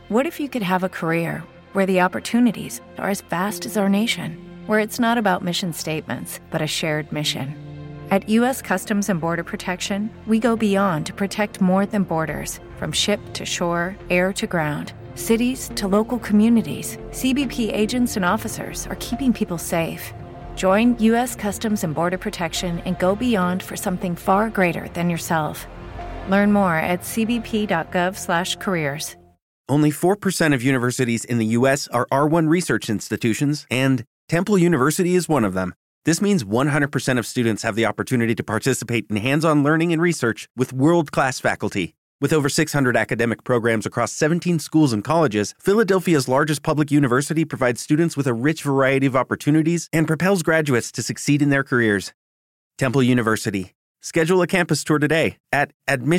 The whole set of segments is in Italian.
What if you could have a career where the opportunities are as vast as our nation, where it's not about mission statements, but a shared mission? At U.S. Customs and Border Protection, we go beyond to protect more than borders. From ship to shore, air to ground, cities to local communities, CBP agents and officers are keeping people safe. Join U.S. Customs and Border Protection and go beyond for something far greater than yourself. Learn more at cbp.gov/careers. Only 4% of universities in the U.S. are R1 research institutions, and Temple University is one of them. This means 100% of students have the opportunity to participate in hands-on learning and research with world-class faculty. With over 600 academic programs across 17 schools and colleges, Philadelphia's largest public university provides students with a rich variety of opportunities and propels graduates to succeed in their careers. Temple University. Schedule a campus tour today at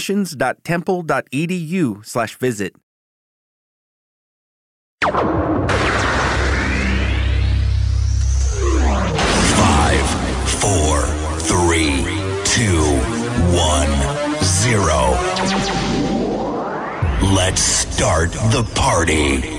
admissions.temple.edu/visit. 4, 3, 2, 1, 0. Let's start the party.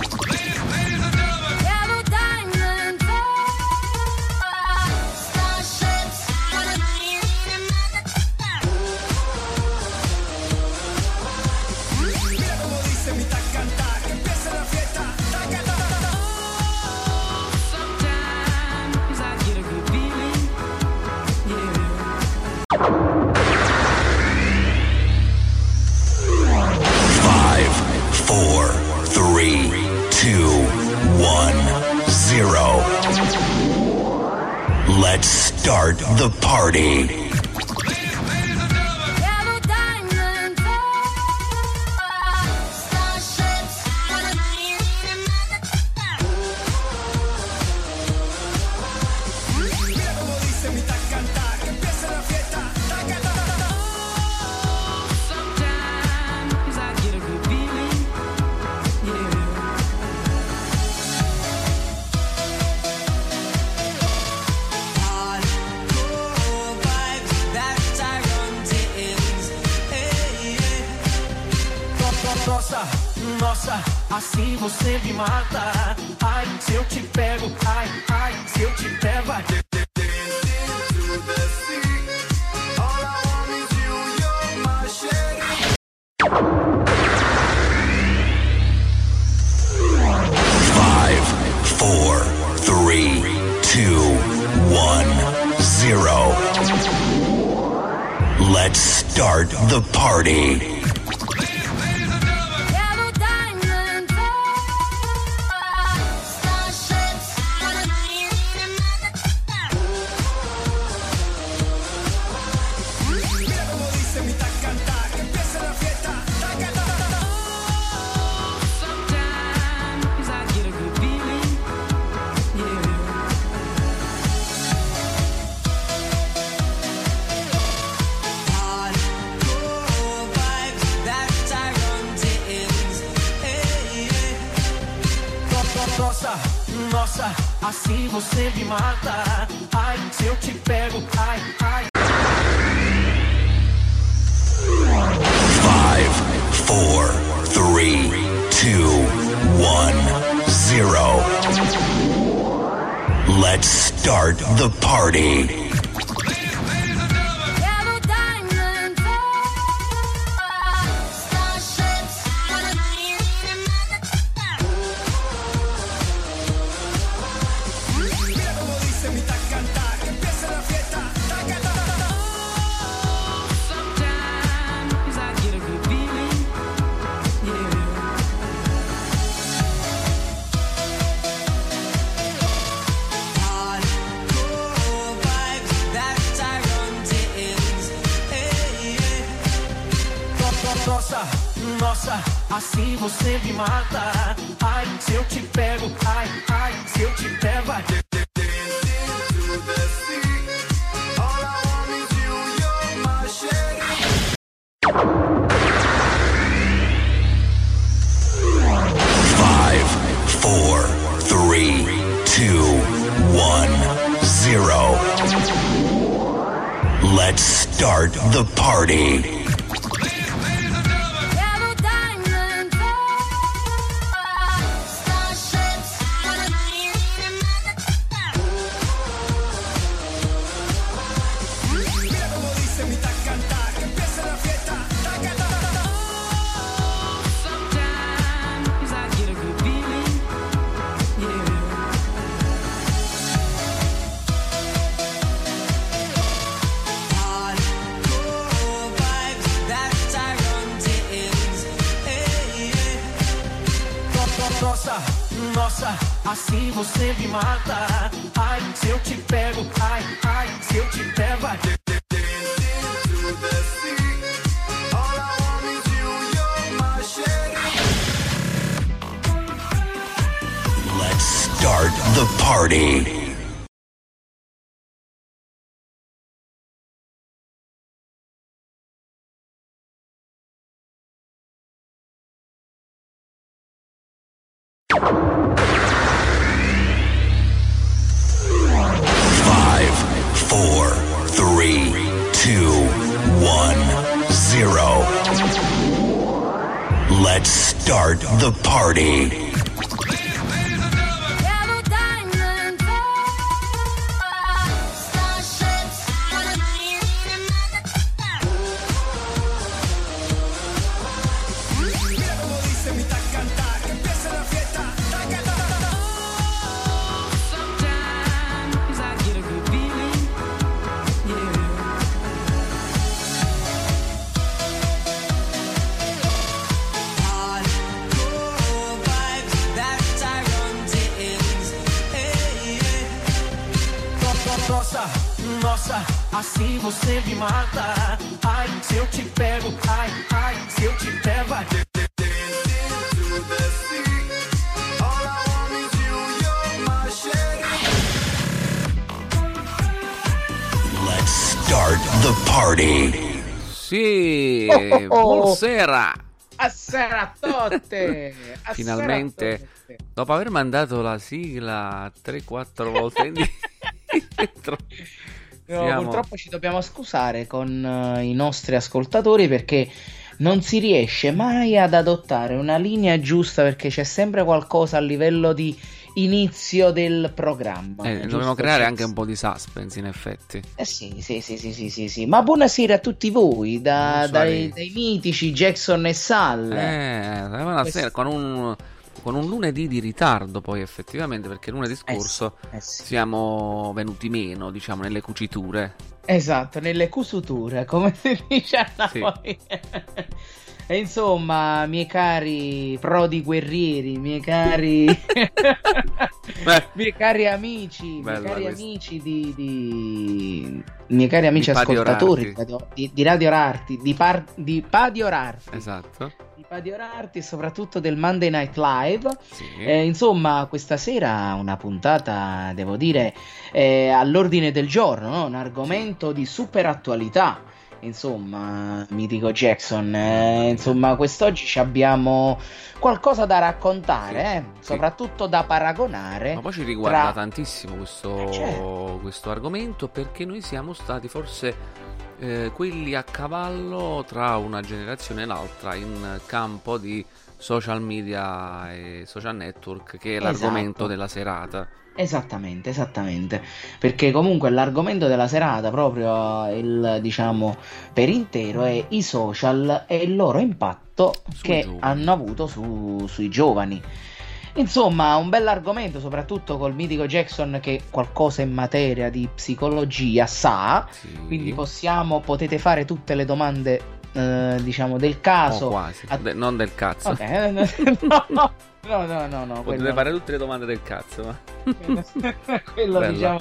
Let's start the party. Nossa, assim você me mata. Ai, se eu te pego, ai, ai, se eu te pego, ai. 5, 4, 3, 2, 1, 0. Let's start the party. Nossa, assim você me mata. Ai, se eu te pego, ai, ai. 5, 4, 3, 2, 1, 0. Let's start the party. Nossa, assim você me mata. Ai, se eu te pego, ai, ai, se eu te pego, ai. 5, 4, 3, 2, 1, 0. Let's start the party. Nossa, assim você me mata. Ai, se eu te pego, ai, se eu te pego, vai. Let's start the party. Let's start the party. Nossa, assim você me mata. Ai, se eu te pego, ai, se eu te pego, vai. Let's start the party. Sì, buonasera. Buonasera a tutte. Finalmente, dopo aver mandato la sigla 3-4 volte indietro, purtroppo ci dobbiamo scusare con i nostri ascoltatori perché non si riesce mai ad adottare una linea giusta, perché c'è sempre qualcosa a livello di inizio del programma. Dobbiamo creare anche un po' di suspense, in effetti. Sì. Ma buonasera a tutti voi, dai mitici Jackson e Sal. Buonasera, con un lunedì di ritardo poi, effettivamente, perché lunedì scorso siamo venuti meno, diciamo, nelle cuciture. Esatto, nelle cusuture, come si dice a Napoli. E insomma, miei cari prodi guerrieri, miei cari miei cari amici, miei cari amici ascoltatori di Radio Rarti, di Padio Rarti. Esatto. Di Padio Rarti e soprattutto del Monday Night Live. Sì. Insomma, questa sera una puntata, devo dire, all'ordine del giorno, no? Un argomento di super attualità. Insomma, mitico Jackson, insomma, quest'oggi abbiamo qualcosa da raccontare, soprattutto da paragonare. Ma poi ci riguarda tantissimo questo argomento, perché noi siamo stati forse quelli a cavallo tra una generazione e l'altra in campo di social media e social network, che è l'argomento della serata. Esattamente, perché comunque l'argomento della serata proprio diciamo per intero è i social e il loro impatto hanno avuto sui giovani. Insomma, un bell'argomento, soprattutto col mitico Jackson che qualcosa in materia di psicologia sa, quindi potete fare tutte le domande diciamo del caso. Quasi, non del cazzo. Okay. No. Potete fare tutte le domande del cazzo, ma quello bella. Diciamo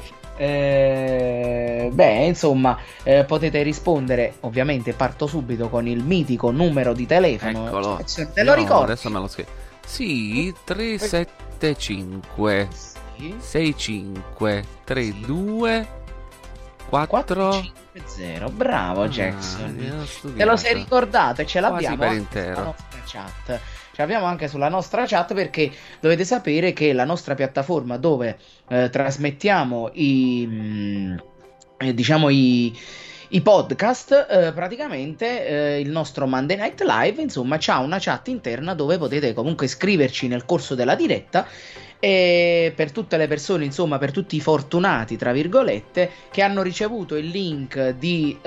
che insomma, potete rispondere. Ovviamente parto subito con il mitico numero di telefono. Eccolo. Te lo ricordi? Adesso me lo scrivo. Sì, 375 65 32 450. Bravo Jackson. Te lo sei ricordato e ce l'abbiamo per intero. Sulla nostra chat. Ce l'abbiamo anche sulla nostra chat, perché dovete sapere che la nostra piattaforma dove trasmettiamo i podcast, praticamente il nostro Monday Night Live, insomma, c'ha una chat interna dove potete comunque iscriverci nel corso della diretta. E per tutte le persone, insomma, per tutti i fortunati, tra virgolette, che hanno ricevuto il link di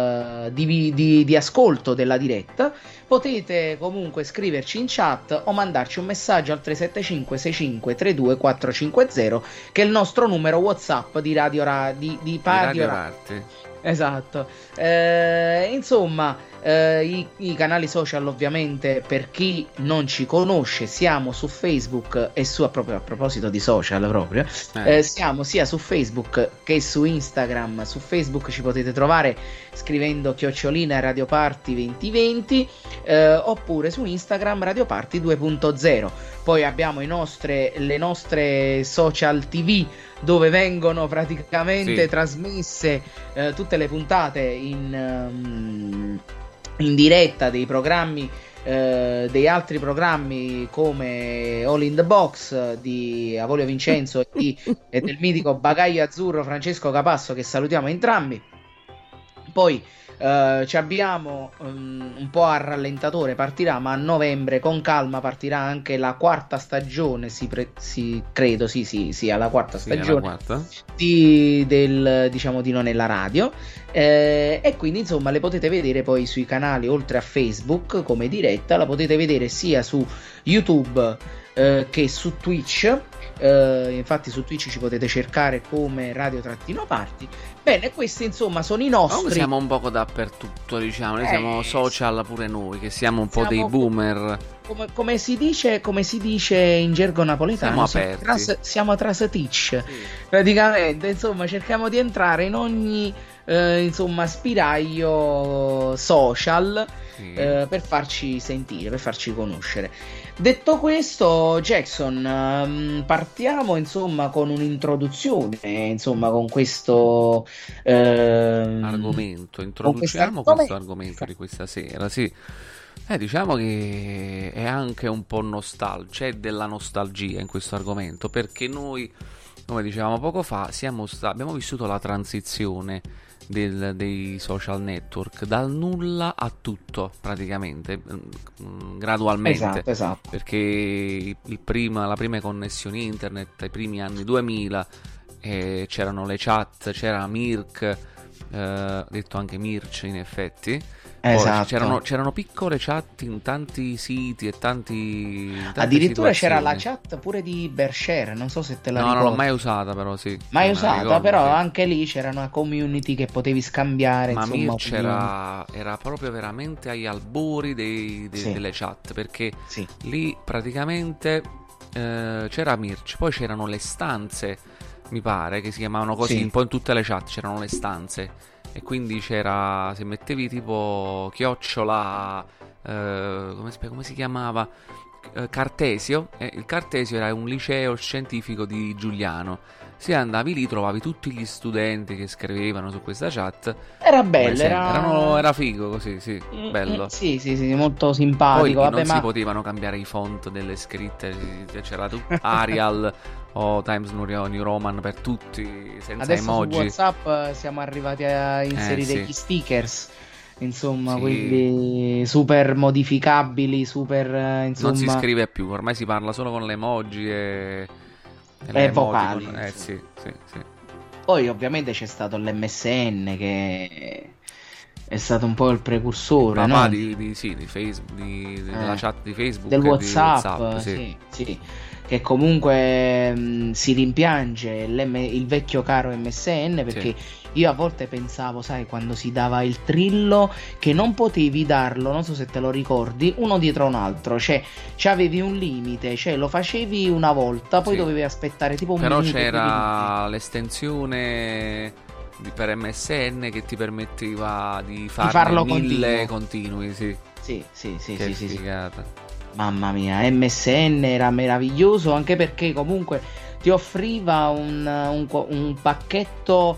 ascolto della diretta, potete comunque scriverci in chat o mandarci un messaggio al 375 65 32 450, che è il nostro numero WhatsApp di Radio Rarti. Esatto. Insomma, I canali social, ovviamente, per chi non ci conosce, siamo su Facebook e proprio a proposito di social proprio, siamo sia su Facebook che su Instagram. Su Facebook ci potete trovare scrivendo @RadioParty2020, oppure su Instagram RadioParty 2.0. Poi abbiamo le nostre social TV, dove vengono praticamente trasmesse tutte le puntate in diretta dei programmi, dei altri programmi come All in the Box di Avolio Vincenzo e del mitico Bagaglio Azzurro Francesco Capasso, che salutiamo entrambi. Poi ci abbiamo un po' a rallentatore, partirà, ma a novembre con calma partirà anche la quarta stagione, credo, alla quarta stagione diciamo di Non è la radio, e quindi insomma le potete vedere poi sui canali, oltre a Facebook come diretta, la potete vedere sia su YouTube che su Twitch. Infatti su Twitch ci potete cercare come Radio-Party. Bene, questi insomma sono i nostri. Siamo un poco dappertutto, diciamo. Noi siamo social pure noi, che siamo un po' dei boomer. Come si dice in gergo napoletano, siamo trasatic. Praticamente, insomma, cerchiamo di entrare in ogni spiraglio social, per farci sentire, per farci conoscere. Detto questo, Jackson, partiamo insomma con un'introduzione, insomma, con questo argomento. Introduciamo questo argomento di questa sera, sì. Diciamo che è anche un po' c'è della nostalgia in questo argomento, perché noi, come dicevamo poco fa, abbiamo vissuto la transizione dei social network, dal nulla a tutto praticamente, gradualmente. Esatto. Perché la prima connessione internet ai primi anni 2000, c'erano le chat, c'era Mirk, detto anche Mirch in effetti. Esatto. C'erano piccole chat in tanti siti e tante addirittura situazioni. C'era la chat pure di Berkshire, non so se te la ricordi. No, non l'ho mai usata, però sì. Mai usata, ricordo, però sì. Anche lì c'era una community che potevi scambiare. Ma insomma, Mirch era proprio veramente agli albori delle chat, perché lì praticamente c'era Mirch, poi c'erano le stanze, mi pare, che si chiamavano così, un po' in tutte le chat c'erano le stanze. E quindi c'era, se mettevi tipo chiocciola, come si chiamava? Cartesio. Il Cartesio era un liceo scientifico di Giuliano. Se andavi lì trovavi tutti gli studenti che scrivevano su questa chat. Era bello, era figo così, sì, bello. Sì, molto simpatico. Poi si potevano cambiare i font delle scritte, c'era Arial o Times New Roman per tutti, senza adesso emoji. Su WhatsApp siamo arrivati a inserire gli stickers, insomma, quindi super modificabili, super, insomma. Non si scrive più, ormai si parla solo con le emoji e vocali. Sì. Poi ovviamente c'è stato l'MSN, che è stato un po' il precursore, no? di Facebook, della chat di Facebook, del e WhatsApp, sì. Che comunque si rimpiange il vecchio caro MSN, perché io a volte pensavo, sai, quando si dava il trillo, che non potevi darlo, non so se te lo ricordi, uno dietro un altro, cioè avevi un limite, cioè lo facevi una volta, poi dovevi aspettare tipo un minuto. Però c'era l'estensione per MSN che ti permetteva di farlo 1000 continui, sì. Sì. Figata. Mamma mia, MSN era meraviglioso, anche perché comunque ti offriva un pacchetto,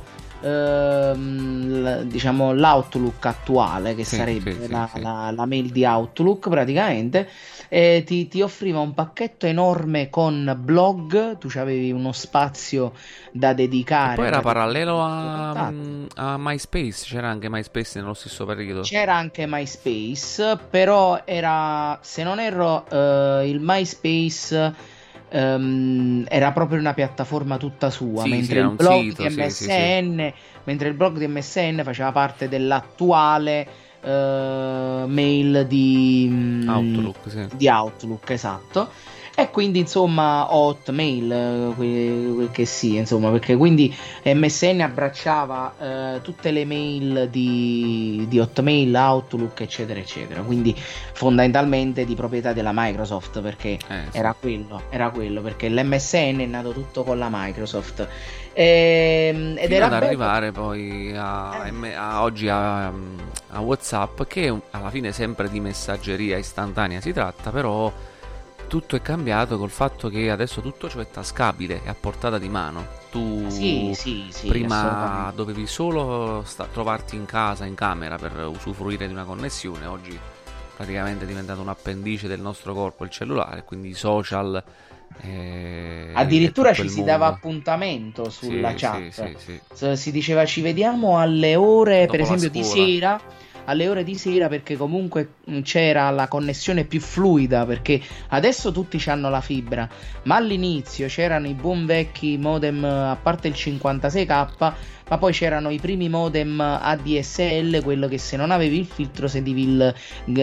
diciamo l'Outlook attuale, che sarebbe la mail di Outlook praticamente, e ti offriva un pacchetto enorme con blog, tu avevi uno spazio da dedicare. E poi era parallelo a MySpace, c'era anche MySpace nello stesso periodo. C'era anche MySpace, però era, se non erro, il MySpace era proprio una piattaforma tutta sua, mentre il blog di MSN, mentre il blog di MSN faceva parte dell'attuale mail di Outlook, di Outlook, esatto. E quindi insomma Hotmail, quel che sia, insomma, perché quindi MSN abbracciava tutte le mail di Hotmail, Outlook, eccetera, eccetera. Quindi fondamentalmente di proprietà della Microsoft, perché Sì. era quello, perché l'MSN è nato tutto con la Microsoft. Ed Fino era ad bello. arrivare poi oggi a WhatsApp, che alla fine sempre di messaggeria istantanea si tratta, però tutto è cambiato col fatto che adesso tutto ciò è tascabile, è a portata di mano. Sì, Tu sì, sì, prima assolutamente. dovevi solo trovarti in casa, in camera per usufruire di una connessione, oggi praticamente è diventato un appendice del nostro corpo il cellulare, quindi i social e Addirittura tutto ci il si dava mondo. appuntamento sulla Sì, sì, chat. sì, sì. Si diceva ci vediamo alle ore, per Dopo la esempio, di scuola. sera. Alle ore di sera perché comunque c'era la connessione più fluida, perché adesso tutti hanno la fibra, ma all'inizio c'erano i buon vecchi modem, a parte il 56K, ma poi c'erano i primi modem ADSL, quello che se non avevi il filtro sentivi il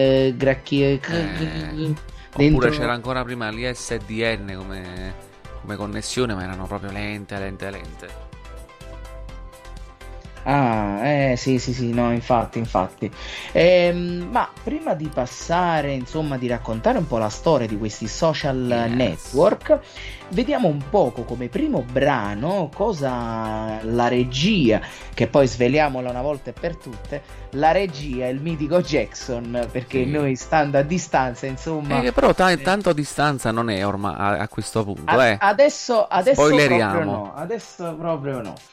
Oppure c'era dentro. ancora prima l'ISDN come connessione, ma erano proprio lente, lente, lente. Ah, sì, sì, sì, no, infatti, infatti. Ma prima di passare, insomma, di raccontare un po' la storia di questi social Yes. network, vediamo un poco come primo brano cosa la regia, che poi sveliamola una volta e per tutte, la regia, il mitico Jackson, perché Sì. noi stando a distanza, insomma, Che però eh, tanto a distanza non è ormai a questo punto, adesso proprio Spoileriamo. no, adesso proprio no.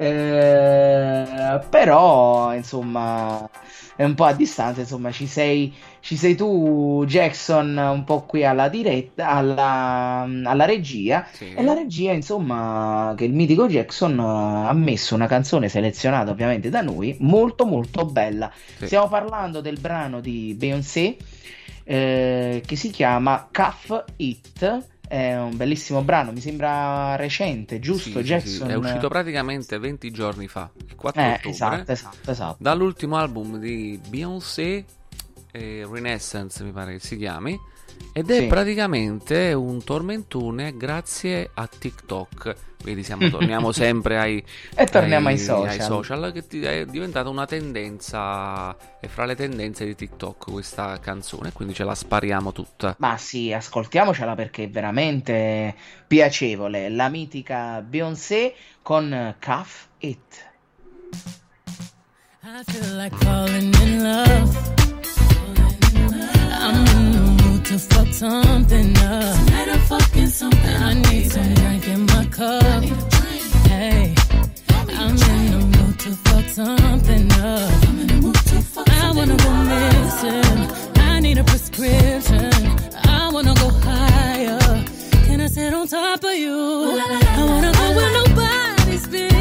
Però, insomma, è un po' a distanza, insomma, ci sei tu, Jackson, un po' qui alla diretta, alla regia, e la Sì, regia, insomma, che il mitico Jackson ha messo una canzone selezionata ovviamente da noi, molto molto bella. sì, Stiamo parlando del brano di Beyoncé, che si chiama Cuff It. È un bellissimo brano, mi sembra recente, giusto, sì, sì, sì. È uscito Jackson? praticamente 20 giorni fa, il 4 ottobre, Esatto, esatto, esatto. dall'ultimo album di Beyoncé, Renaissance mi pare che si chiami, ed è Sì. praticamente un tormentone grazie a TikTok. Vedi, torniamo sempre E torniamo ai ai social. social, che è diventata una tendenza, è fra le tendenze di TikTok questa canzone, quindi ce la spariamo tutta. Ma sì, ascoltiamocela perché è veramente piacevole. La mitica Beyoncé con Cuff It. I feel like falling in love. I'm in the mood to fuck something up. Tonight I'm fucking something. I need some drink in my cup. Hey, I'm in the mood to fuck something up. I wanna go missing. I need a prescription. I wanna go higher. Can I sit on top of you? I wanna go where nobody's been.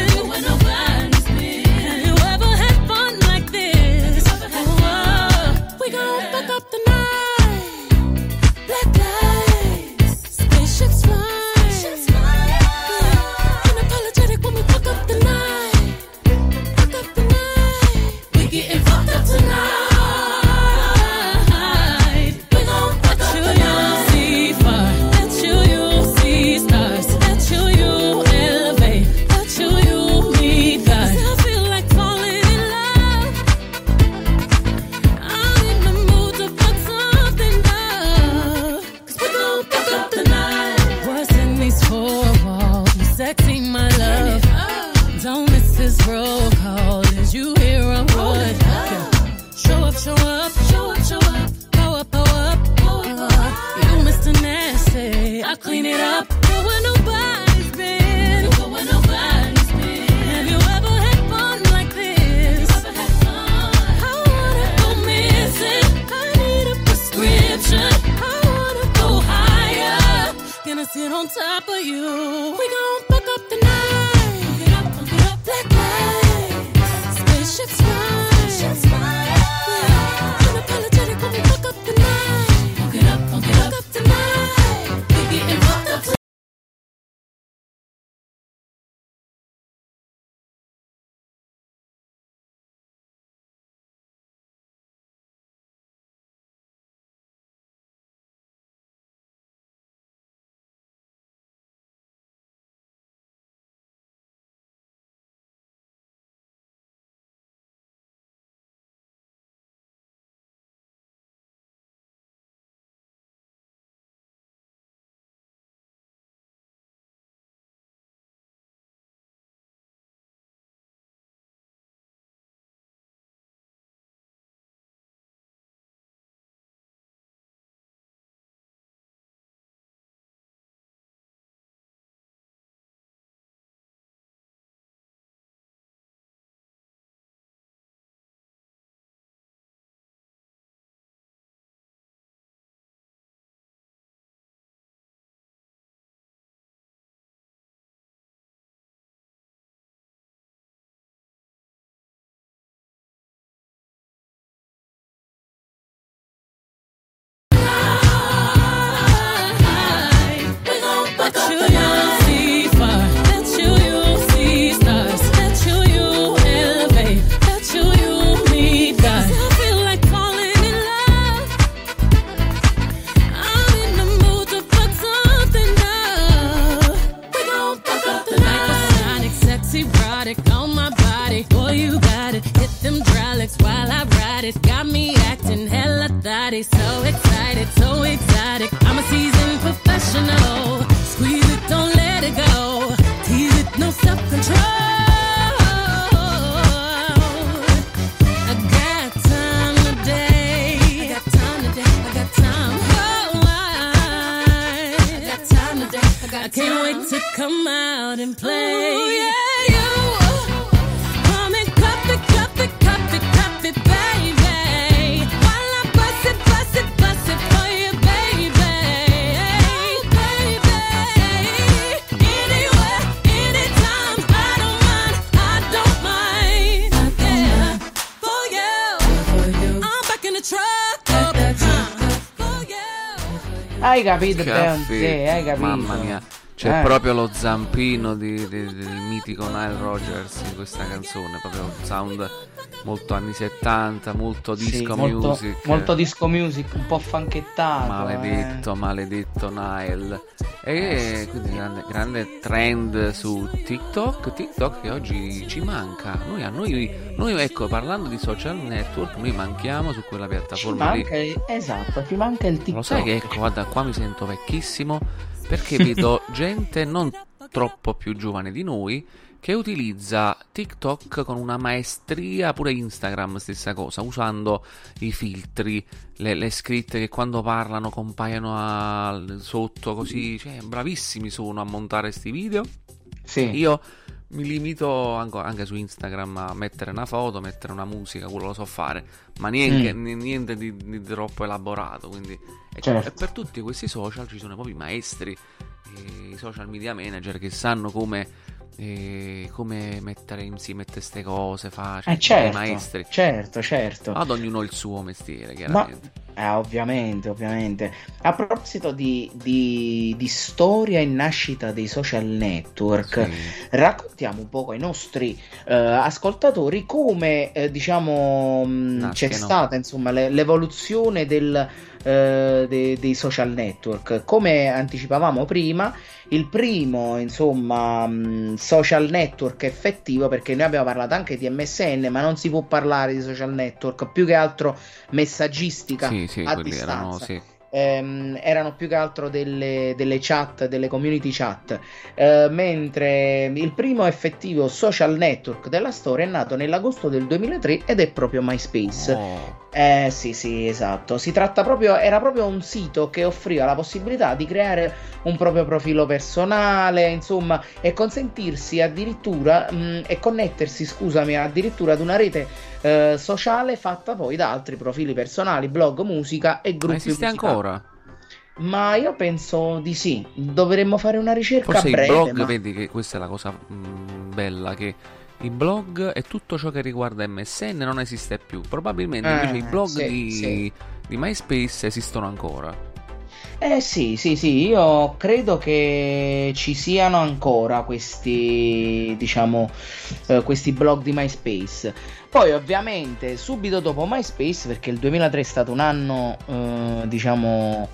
Have you ever had fun like this? Oh, we gon' fuck up the night. Black lights, spaceships fly. Unapologetic when we fuck up the night. Fuck up the night. We getting fucked up tonight. We gon' fuck up the night. See fire. Let you see stars. Let you elevate. Let you meet God. 'Cause I feel like falling in love. I'm in the mood to fuck something up. 'Cause we gon' fuck up the night. What's in these four walls? You sexy, my love. Don't miss this roll call. Is you here on wood? Show up, show up, show up, show up. Go up, go up, go up. You Mr. Nasty, I clean it up. Go where nobody's been. Go where nobody's been. Have you ever had fun like this? I wanna go missing. I need a prescription. I wanna go higher. Gonna sit on top of you. We gon' fuck up the night. Black lights, spaceships fly. Unapologetic when we fuck up the night. Fuck up the night. We getting fucked up tonight. I can't wait to come out and play. Ooh, yeah, you come and cup it, cup it, cup it, cup it, baby. While I bust it, bust it, bust it for you, baby. Oh, baby. Anywhere, anytime, I don't mind. Yeah, for you. I'm back in the truck. For you. Hai capito, Che Beyoncé? Hai affetto, capito? mamma mia. C'è proprio lo zampino del mitico Nile Rodgers in questa canzone, proprio un sound molto anni 70, molto disco Sì, molto, music. molto disco music, un po' funkettato. Maledetto Nile. E quindi grande trend su TikTok che oggi ci manca. Noi ecco, parlando di social network, noi manchiamo su quella piattaforma lì. Esatto, ci manca il TikTok. Lo sai che ecco, guarda, qua mi sento vecchissimo perché vedo gente non troppo più giovane di noi che utilizza TikTok con una maestria, pure Instagram stessa cosa, usando i filtri, le scritte che quando parlano compaiono sotto così, cioè bravissimi sono a montare sti video. Sì. Io mi limito anche su Instagram a mettere una foto, mettere una musica, quello lo so fare, ma niente di troppo elaborato, quindi Certo. e per tutti questi social ci sono proprio i maestri, i social media manager che sanno come mettere insieme queste cose, i Certo, maestri. certo. Ad ognuno il suo mestiere, chiaramente. Ovviamente. A proposito di storia e nascita dei social network, Sì. raccontiamo un po' ai nostri ascoltatori come diciamo c'è stata insomma l'evoluzione dei social network. Come anticipavamo prima, il primo insomma social network effettivo, perché noi abbiamo parlato anche di MSN, ma non si può parlare di social network, più che altro messaggistica Sì, a quelli distanza. erano Erano più che altro delle chat, delle community chat, mentre il primo effettivo social network della storia è nato nell'agosto del 2003 ed è proprio MySpace. Sì, esatto. Era proprio un sito che offriva la possibilità di creare un proprio profilo personale, insomma, e consentirsi addirittura e connettersi, addirittura ad una rete sociale fatta poi da altri profili personali, blog, musica e gruppi. Ma esiste musicali. ancora? Ma io penso di sì. Dovremmo fare una ricerca Forse breve. i blog, ma... vedi che questa è la cosa bella, che i blog e tutto ciò che riguarda MSN non esiste più. Probabilmente invece i blog di MySpace esistono ancora. Sì, io credo che ci siano ancora questi, diciamo, questi blog di MySpace. Poi ovviamente subito dopo MySpace, perché il 2003 è stato un anno, diciamo,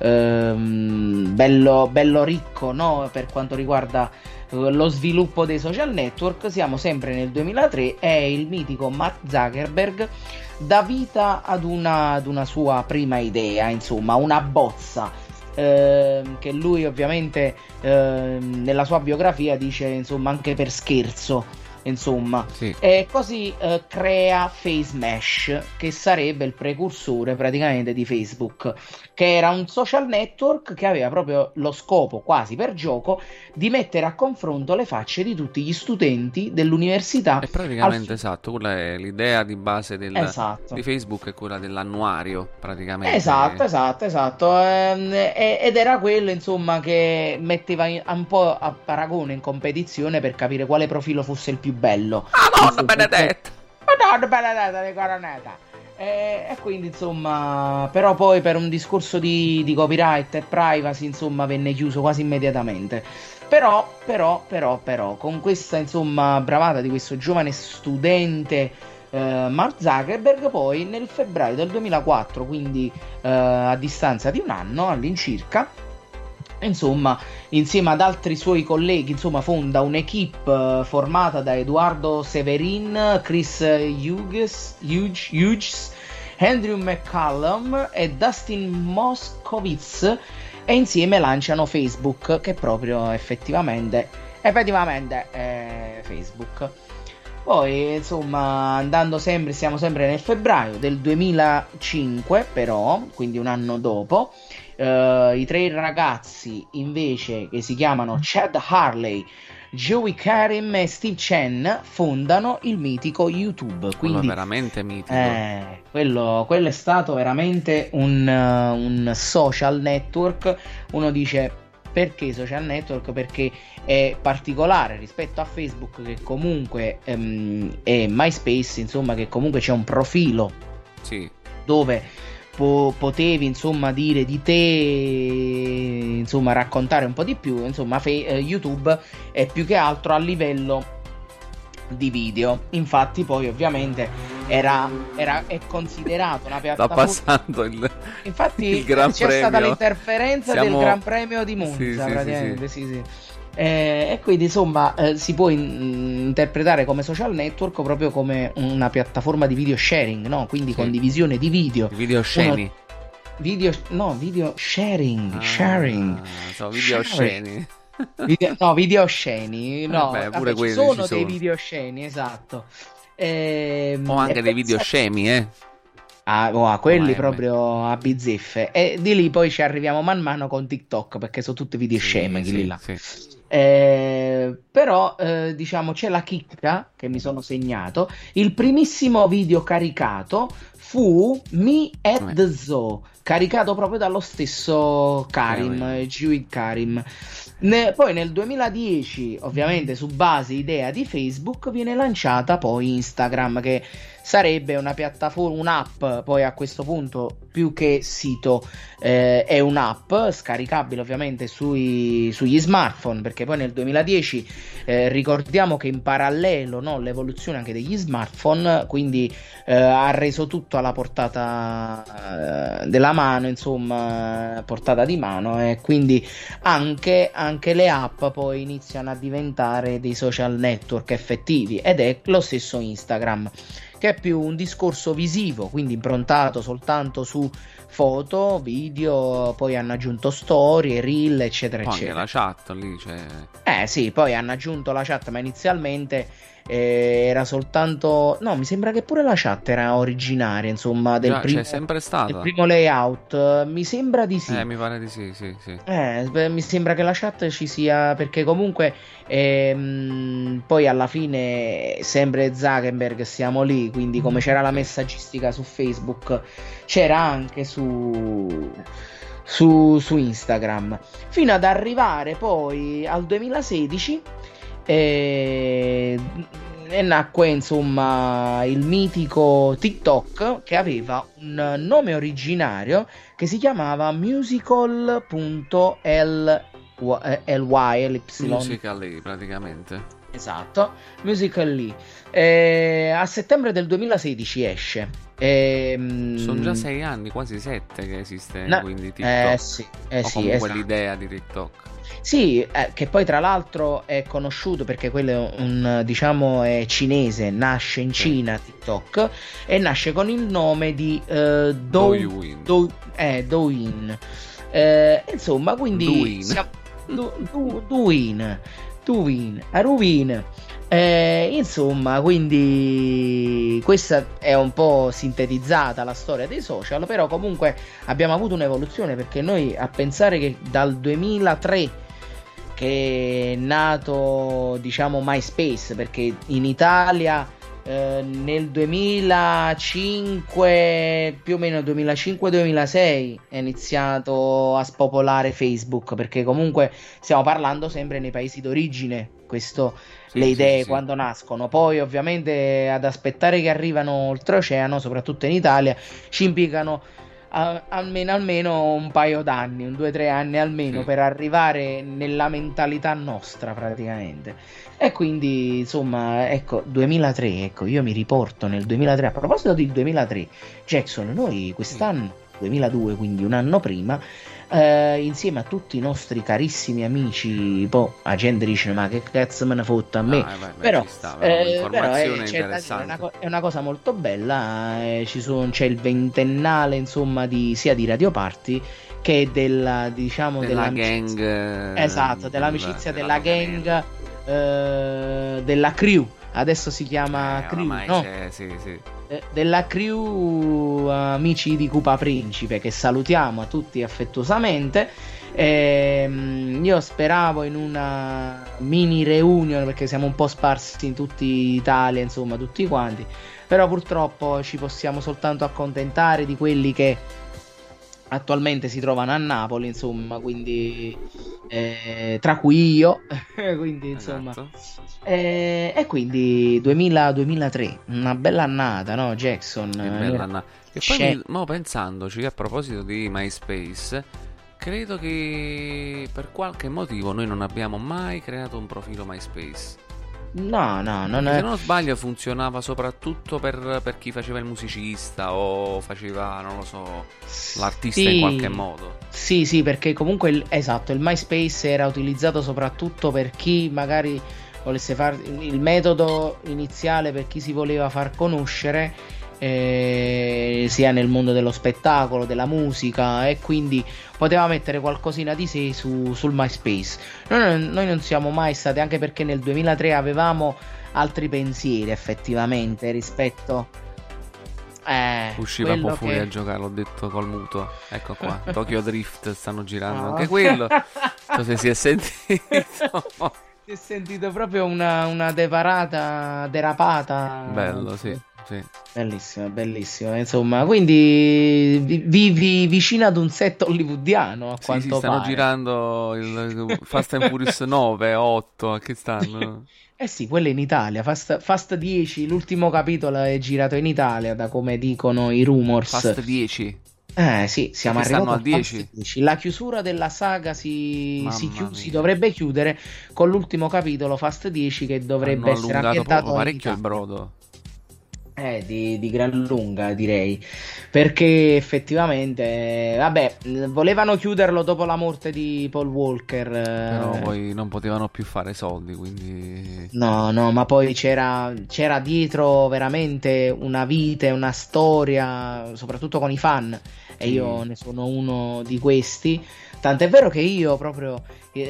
bello ricco, no? Per quanto riguarda lo sviluppo dei social network, siamo sempre nel 2003 e il mitico Mark Zuckerberg dà vita ad una sua prima idea, insomma, una bozza che lui ovviamente nella sua biografia dice, insomma, anche per scherzo, insomma, Sì. e così crea FaceMesh, che sarebbe il precursore praticamente di Facebook, che era un social network che aveva proprio lo scopo, quasi per gioco, di mettere a confronto le facce di tutti gli studenti dell'università. E praticamente esatto, quella è l'idea di base Esatto. di Facebook, è quella dell'annuario, praticamente. Esatto. Ed era quello, insomma, che metteva un po' a paragone, in competizione, per capire quale profilo fosse il più bello. Madonna benedetta! Madonna benedetta di coronetta! E quindi, insomma, però poi per un discorso di copyright e privacy, insomma, venne chiuso quasi immediatamente. Però, con questa, insomma, bravata di questo giovane studente Mark Zuckerberg, poi nel febbraio del 2004, quindi a distanza di un anno all'incirca, insomma, insieme ad altri suoi colleghi, insomma, fonda un'equipe formata da Edoardo Severin, Chris Hughes, Andrew McCallum e Dustin Moskovitz, e insieme lanciano Facebook, che proprio effettivamente è Facebook. Poi, insomma, siamo sempre nel febbraio del 2005, però, quindi un anno dopo, I tre ragazzi invece, che si chiamano Chad Harley, Joey Karim e Steve Chen, fondano il mitico YouTube. Quello è Quindi veramente mitico. quello è stato veramente un social network. Uno dice: perché social network? Perché è particolare rispetto a Facebook, che comunque è MySpace, insomma, che comunque c'è un profilo Sì. dove potevi, insomma, dire di te, insomma, raccontare un po' di più. Insomma, YouTube è più che altro a livello di video. Infatti poi ovviamente è considerato una Sta piattaforma. passando Infatti il Gran c'è stata Premio. l'interferenza del Gran Premio di Monza, Sì, sì, sì, praticamente, sì. E quindi insomma si può interpretare come social network proprio come una piattaforma di video sharing, no? Quindi Sì. condivisione di video. Video sceni. Video sharing. So, video Sharing. sceni. Video sceni. No, Vabbè, pure ci quelli sono ci dei sono. video sceni, esatto. O anche dei video scemi, Quelli Come- proprio a bizzeffe. E di lì poi ci arriviamo man mano con TikTok, perché sono tutti video scemi, quelli là. Sì. Però diciamo c'è la chicca che mi sono segnato. Il primissimo video caricato fu Me at the Zoo, caricato proprio dallo stesso Karim, Jawed Karim. Poi nel 2010, ovviamente su base idea di Facebook, viene lanciata poi Instagram, che sarebbe una piattaforma, un'app, poi a questo punto più che sito è un'app scaricabile ovviamente sugli smartphone, perché poi nel 2010 ricordiamo che in parallelo, no, l'evoluzione anche degli smartphone, quindi ha reso tutto alla portata della mano, insomma, portata di mano, e quindi anche le app poi iniziano a diventare dei social network effettivi, ed è lo stesso Instagram, che è più un discorso visivo, quindi improntato soltanto su foto, video, poi hanno aggiunto storie, reel, eccetera, Poi anche eccetera. la chat lì, cioè... Sì, poi hanno aggiunto la chat, ma inizialmente era soltanto... No, mi sembra che pure la chat era originaria, insomma, del Già, primo, c'è sempre del stata. primo layout. Mi sembra di sì. Mi pare di sì. Mi sembra che la chat ci sia, perché comunque poi alla fine sempre Zuckerberg, siamo lì, quindi come c'era la messaggistica su Facebook, c'era anche su Instagram, fino ad arrivare poi al 2016 e nacque, insomma, il mitico TikTok, che aveva un nome originario che si chiamava Musical.ly. Musical.ly, praticamente. Esatto, Musical.ly. A settembre del 2016 esce. Sono già 6 anni, quasi 7 che esiste, quindi TikTok. Sì, o sì, comunque esatto. l'idea di TikTok. Sì, che poi tra l'altro è conosciuto perché quello è diciamo, è cinese, nasce in Cina TikTok, e nasce con il nome di Douyin. Douyin. Insomma, quindi Douyin. Insomma, quindi questa è un po' sintetizzata la storia dei social, però comunque abbiamo avuto un'evoluzione, perché noi, a pensare che dal 2003 che è nato, diciamo, MySpace, perché in Italia nel 2005, più o meno 2005-2006, è iniziato a spopolare Facebook, perché comunque stiamo parlando sempre nei paesi d'origine, questo, le idee quando nascono. Poi ovviamente ad aspettare che arrivano oltreoceano, soprattutto in Italia, ci impiegano almeno un paio d'anni, 2-3 anni almeno, per arrivare nella mentalità nostra, praticamente. E quindi, insomma, ecco, 2003, ecco, io mi riporto nel 2003. A proposito del 2003, Jackson, noi quest'anno, 2002, quindi un anno prima, insieme a tutti i nostri carissimi amici, la gente dice: ma che cazzo me ne fotta a me? Però l'informazione c'è da dire, interessante. è una cosa molto bella. C'è il ventennale, insomma, sia di Radio Party che della gang, esatto, dell'amicizia della gang, della crew adesso si chiama Crew, oramai no? sì. Della crew amici di Cupa Principe, che salutiamo a tutti affettuosamente. Io speravo in una mini reunion, perché siamo un po' sparsi in tutta Italia, insomma, tutti quanti, però purtroppo ci possiamo soltanto accontentare di quelli che attualmente si trovano a Napoli, insomma, quindi tra cui io, quindi insomma, Esatto. e quindi 2003, una bella annata, no, Jackson? Che bella, Anna. E poi Scena. mo pensandoci, a proposito di MySpace, credo che per qualche motivo noi non abbiamo mai creato un profilo MySpace. No, non Se è... non sbaglio funzionava soprattutto per chi faceva il musicista o faceva, non lo so, l'artista in qualche modo. Sì, perché comunque esatto, il MySpace era utilizzato soprattutto per chi magari volesse fare il metodo iniziale, per chi si voleva far conoscere, sia nel mondo dello spettacolo, della musica, e quindi poteva mettere qualcosina di sé sul MySpace. Noi non siamo mai stati, anche perché nel 2003 avevamo altri pensieri effettivamente rispetto Usciva un po' quello fuori che... a giocare, l'ho detto col mutuo. Ecco qua, Tokyo Drift stanno girando anche quello. Non so se si è sentito. Si è sentito proprio una derapata. Bello, sì. Bellissimo. Insomma, quindi vivi vicino ad un set hollywoodiano, a Sì, quanto stanno pare. girando il Fast and Furious 9, 8, che stanno? Eh sì, quello è in Italia. Fast 10, l'ultimo capitolo è girato in Italia, da come dicono i rumors. Fast 10. Sì, siamo Perché arrivati stanno al a Fast 10. 10. La chiusura della saga Mamma si mia. dovrebbe chiudere con l'ultimo capitolo, Fast 10, che dovrebbe Hanno essere allungato ambientato proprio in parecchio il Italia. brodo. Di gran lunga, direi, perché effettivamente, vabbè, volevano chiuderlo dopo la morte di Paul Walker. Però poi non potevano più fare soldi, quindi... No, ma poi c'era dietro veramente una vita e una storia, soprattutto con i fan, e Sì. io ne sono uno di questi. Tant'è vero che io proprio,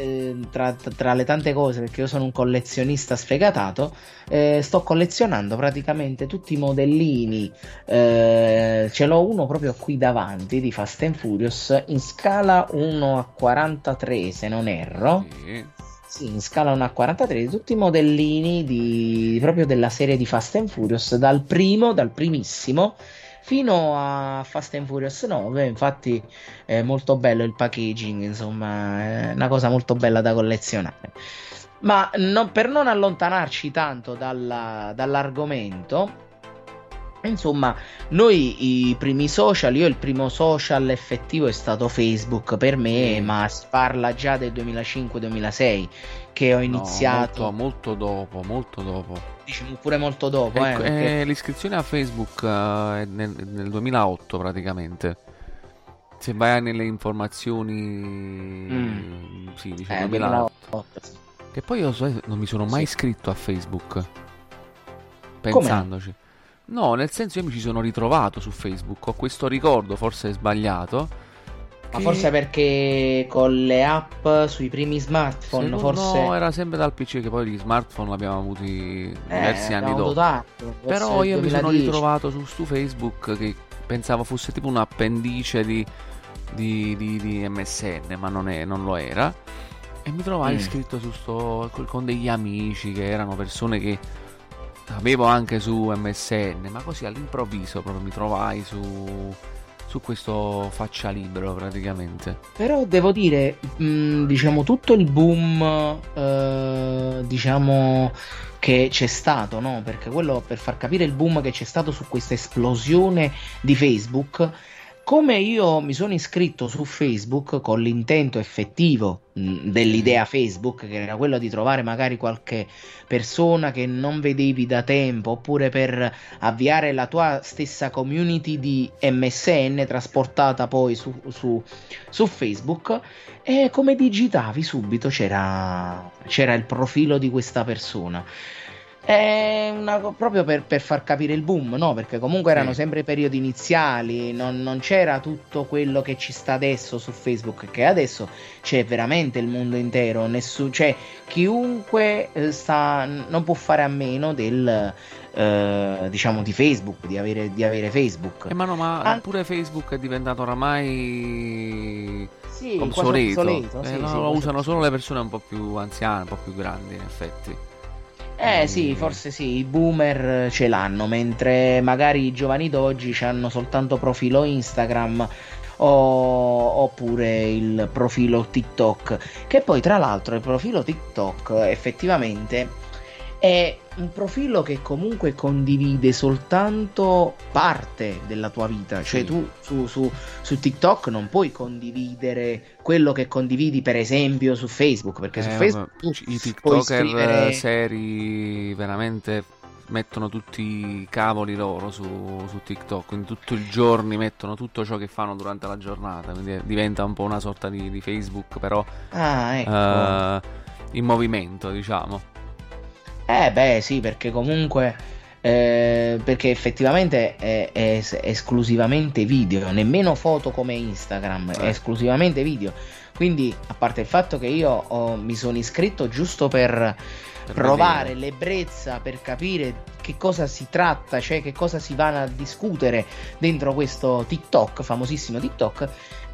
tra le tante cose, perché io sono un collezionista sfegatato, sto collezionando praticamente tutti i modellini. Ce l'ho uno proprio qui davanti di Fast and Furious in scala 1:43, se non erro. Sì. Sì, in scala 1:43, tutti i modellini proprio della serie di Fast and Furious, dal primissimo fino a Fast and Furious 9. Infatti è molto bello il packaging, insomma, è una cosa molto bella da collezionare. Ma per non allontanarci tanto dall'argomento, insomma, noi i primi social, io il primo social effettivo è stato Facebook per me, Sì. ma si parla già del 2005-2006 che ho iniziato, No, molto dopo. diciamo pure molto dopo, Ecco, perché... l'iscrizione a Facebook è nel 2008 praticamente. Se vai nelle informazioni, sì, dice 2008. 2008, sì. Che poi io non mi sono mai Sì. iscritto a Facebook, pensandoci. No, nel senso io mi ci sono ritrovato su Facebook, ho questo ricordo, forse è sbagliato. Ma che- forse perché con le app sui primi smartphone, No, forse... era sempre dal PC, che poi gli smartphone l'abbiamo avuti diversi anni avevamo dopo. dotato, forse Però nel io mi sono 2010. ritrovato su Facebook che pensavo fosse tipo un appendice di MSN, ma non lo era. E mi trovai iscritto con degli amici che erano persone che avevo anche su MSN, ma così all'improvviso proprio mi trovai su questo faccia libero praticamente. Però devo dire, diciamo, tutto il boom, diciamo, che c'è stato, no? Perché quello, per far capire il boom che c'è stato su questa esplosione di Facebook, come io mi sono iscritto su Facebook con l'intento effettivo dell'idea Facebook, che era quello di trovare magari qualche persona che non vedevi da tempo, oppure per avviare la tua stessa community di MSN trasportata poi su Facebook, e come digitavi subito c'era il profilo di questa persona. Proprio per far capire il boom, no? Perché comunque erano Sì. sempre periodi iniziali, non c'era tutto quello che ci sta adesso su Facebook, che adesso c'è veramente il mondo intero, cioè chiunque non può fare a meno diciamo di Facebook, di avere Facebook. Ma pure Facebook è diventato oramai Sì, quasi obsoleto. obsoleto, sì, Lo quasi usano solo obsoleto. le persone un po' più anziane, un po' più grandi, in effetti. Sì, forse sì, i boomer ce l'hanno, mentre magari i giovani d'oggi hanno soltanto profilo Instagram oppure il profilo TikTok, che poi tra l'altro il profilo TikTok effettivamente è un profilo che comunque condivide soltanto parte della tua vita, cioè Sì. tu su TikTok non puoi condividere quello che condividi per esempio su Facebook, perché su Facebook tu I puoi TikToker scrivere... seri veramente mettono tutti i cavoli loro su TikTok, quindi tutto il giorno mettono tutto ciò che fanno durante la giornata, quindi diventa un po' una sorta di Facebook, però ecco. in movimento, diciamo. Beh, sì, perché comunque perché effettivamente è esclusivamente video, nemmeno foto come Instagram, è esclusivamente video. Quindi, a parte il fatto che io mi sono iscritto giusto per provare vedere. l'ebbrezza, per capire che cosa si tratta, cioè che cosa si va a discutere dentro questo TikTok, famosissimo TikTok.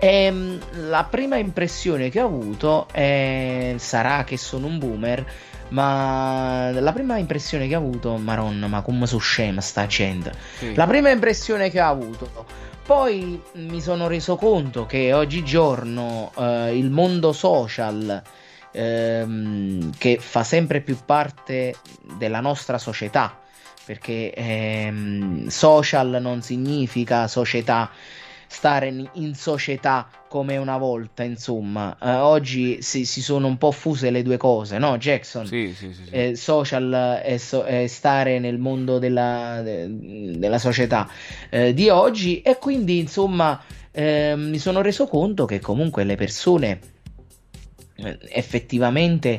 La prima impressione che ho avuto sarà che sono un boomer, ma la prima impressione che ho avuto, Maronna, ma come so scema sta gente. Sì. La prima impressione che ho avuto, poi mi sono reso conto che oggigiorno il mondo social, che fa sempre più parte della nostra società, perché social non significa società, stare in società come una volta, insomma. Oggi si sono un po' fuse le due cose, no, Jackson? Sì. Social è stare nel mondo della società di oggi, e quindi insomma mi sono reso conto che comunque le persone effettivamente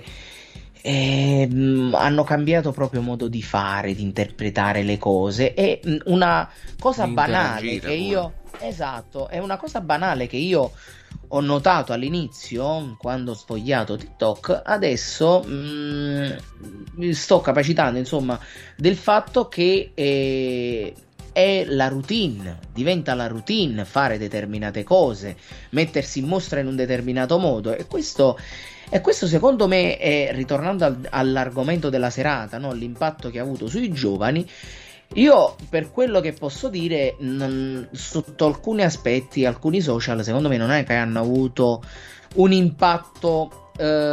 hanno cambiato proprio modo di fare, di interpretare le cose. E una cosa Di banale interagire che io... Esatto, è una cosa banale che io ho notato all'inizio, quando ho sfogliato TikTok. Adesso mi sto capacitando, insomma, del fatto che è la routine, diventa la routine fare determinate cose, mettersi in mostra in un determinato modo, e questo secondo me è, ritornando all'argomento della serata, no? L'impatto che ha avuto sui giovani. Io, per quello che posso dire, sotto alcuni aspetti, alcuni social secondo me non è che hanno avuto un impatto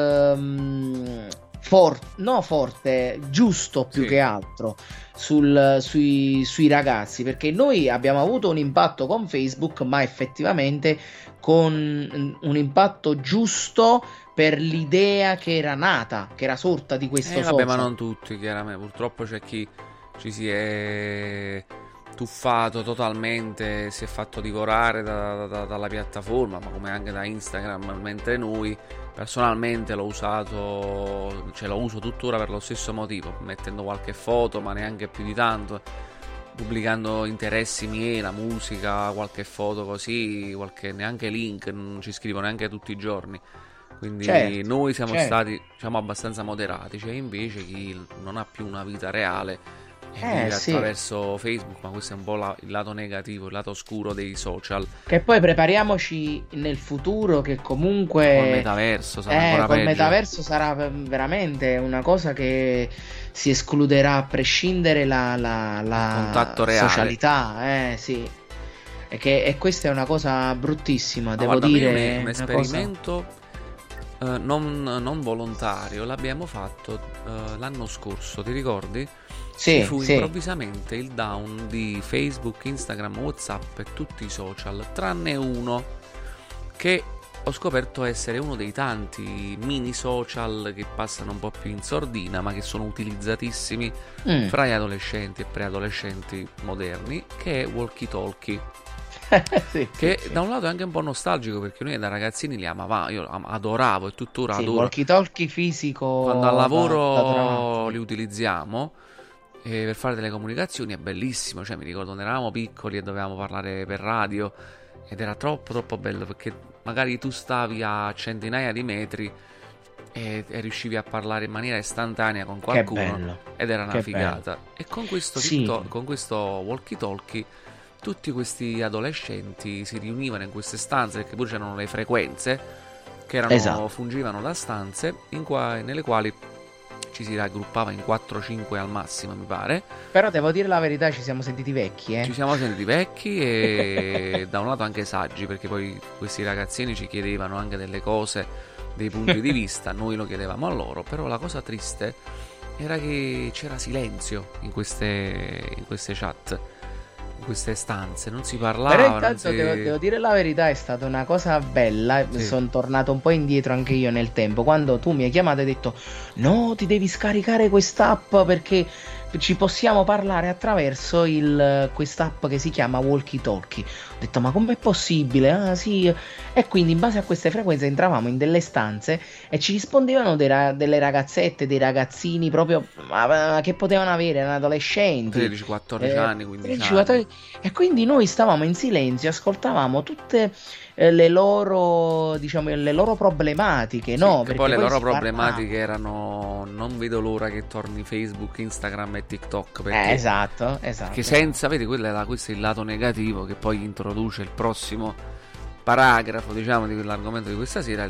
forte, giusto più che altro sui ragazzi, perché noi abbiamo avuto un impatto con Facebook, ma effettivamente con un impatto giusto per l'idea che era nata, che era sorta di questo social. Vabbè, ma non tutti, chiaramente. Purtroppo c'è chi ci si è tuffato totalmente, si è fatto divorare dalla piattaforma, ma come anche da Instagram, mentre noi personalmente l'ho usato, cioè lo uso tuttora per lo stesso motivo, mettendo qualche foto, ma neanche più di tanto, pubblicando interessi miei, la musica, qualche foto così, neanche link, non ci scrivo neanche tutti i giorni. Quindi noi siamo stati, diciamo, abbastanza moderati. C'è invece chi non ha più una vita reale e vive attraverso Facebook, ma questo è un po' il lato negativo, il lato oscuro dei social. Che poi prepariamoci nel futuro, che comunque col metaverso sarà ancora col peggio. metaverso sarà veramente una cosa che si escluderà a prescindere la contatto reale, socialità, sì. E questa è una cosa bruttissima, devo guarda, dire. Un esperimento non volontario l'abbiamo fatto l'anno scorso, ti ricordi? Sì, fu improvvisamente il down di Facebook, Instagram, WhatsApp e tutti i social, tranne uno che ho scoperto essere uno dei tanti mini social che passano un po' più in sordina, ma che sono utilizzatissimi fra gli adolescenti e preadolescenti moderni, che è Walkie Talkie. Che da un lato è anche un po' nostalgico, perché noi da ragazzini li amavamo, io adoravo e tuttora adoro. Walkie talkie fisico, quando al lavoro li utilizziamo, per fare delle comunicazioni è bellissimo. Cioè, mi ricordo quando eravamo piccoli e dovevamo parlare per radio, ed era troppo bello, perché magari tu stavi a centinaia di metri e riuscivi a parlare in maniera istantanea con qualcuno, ed era una figata. E con questo con questo walkie talkie tutti questi adolescenti si riunivano in queste stanze, perché poi c'erano le frequenze che erano, fungivano da stanze nelle quali ci si raggruppava in 4-5 al massimo, mi pare. Però devo dire la verità, ci siamo sentiti vecchi, Ci siamo sentiti vecchi e da un lato anche saggi, perché poi questi ragazzini ci chiedevano anche delle cose, dei punti di vista, noi lo chiedevamo a loro. Però la cosa triste era che c'era silenzio in queste chat, in queste stanze, non si parlava. Però intanto devo dire la verità, è stata una cosa bella. Sono tornato un po' indietro anche io nel tempo, quando tu mi hai chiamato e hai detto no, ti devi scaricare quest'app perché ci possiamo parlare attraverso quest'app che si chiama Walkie Talkie. Ho detto ma com'è possibile? Ah sì. E quindi in base a queste frequenze entravamo in delle stanze e ci rispondevano delle ragazzette, dei ragazzini proprio che potevano avere, erano adolescenti, 13-14 anni, 15 13, anni 14, e quindi noi stavamo in silenzio, ascoltavamo tutte le loro, diciamo, le loro problematiche, no? Perché poi le loro problematiche erano non vedo l'ora che torni Facebook, Instagram e TikTok, perché esatto. Perché senza, vedi, questo è il lato negativo che poi introduce il prossimo paragrafo, diciamo, di quell'argomento di questa sera,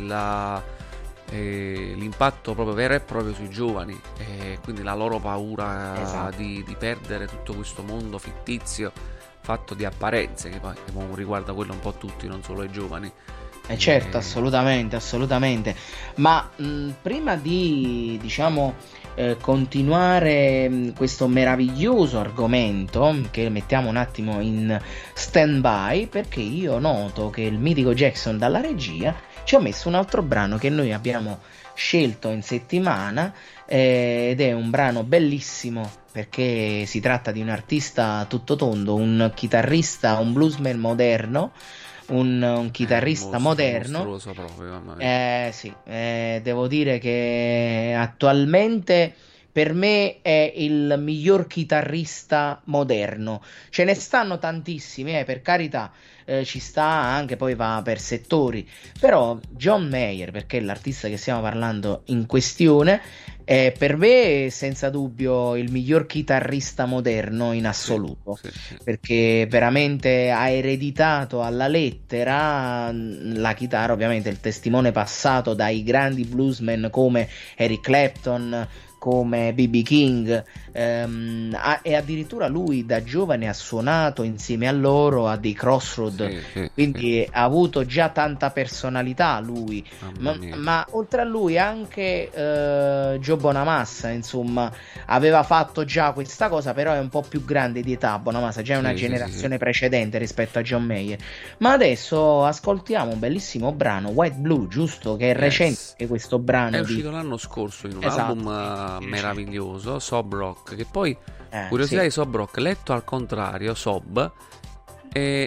l'impatto proprio vero e proprio sui giovani, e quindi la loro paura di perdere tutto questo mondo fittizio fatto di apparenze, che poi riguarda quello un po' tutti, non solo i giovani. Certo, assolutamente. Ma prima di, diciamo, continuare questo meraviglioso argomento, che mettiamo un attimo in stand by, perché io noto che il mitico Jackson dalla regia ci ha messo un altro brano che noi abbiamo scelto in settimana, ed è un brano bellissimo perché si tratta di un artista tutto tondo, un chitarrista, un bluesman moderno, un chitarrista moderno, proprio, mamma mia. Devo dire che attualmente per me è il miglior chitarrista moderno. Ce ne stanno tantissimi, per carità, ci sta anche, poi va per settori, però John Mayer, perché è l'artista che stiamo parlando in questione, è per me senza dubbio il miglior chitarrista moderno in assoluto, perché veramente ha ereditato alla lettera la chitarra, ovviamente il testimone passato dai grandi bluesmen come Eric Clapton, come B.B. King, e addirittura lui da giovane ha suonato insieme a loro a dei Crossroad, quindi ha avuto già tanta personalità lui, ma oltre a lui anche Joe Bonamassa, insomma, aveva fatto già questa cosa, però è un po' più grande di età. Bonamassa già è una generazione precedente rispetto a John Mayer. Ma adesso ascoltiamo un bellissimo brano, White Blue, giusto? Che è recente questo brano, è uscito l'anno scorso in un album meraviglioso, Sob Rock, che poi curiosità di Sob Rock, letto al contrario, Sob è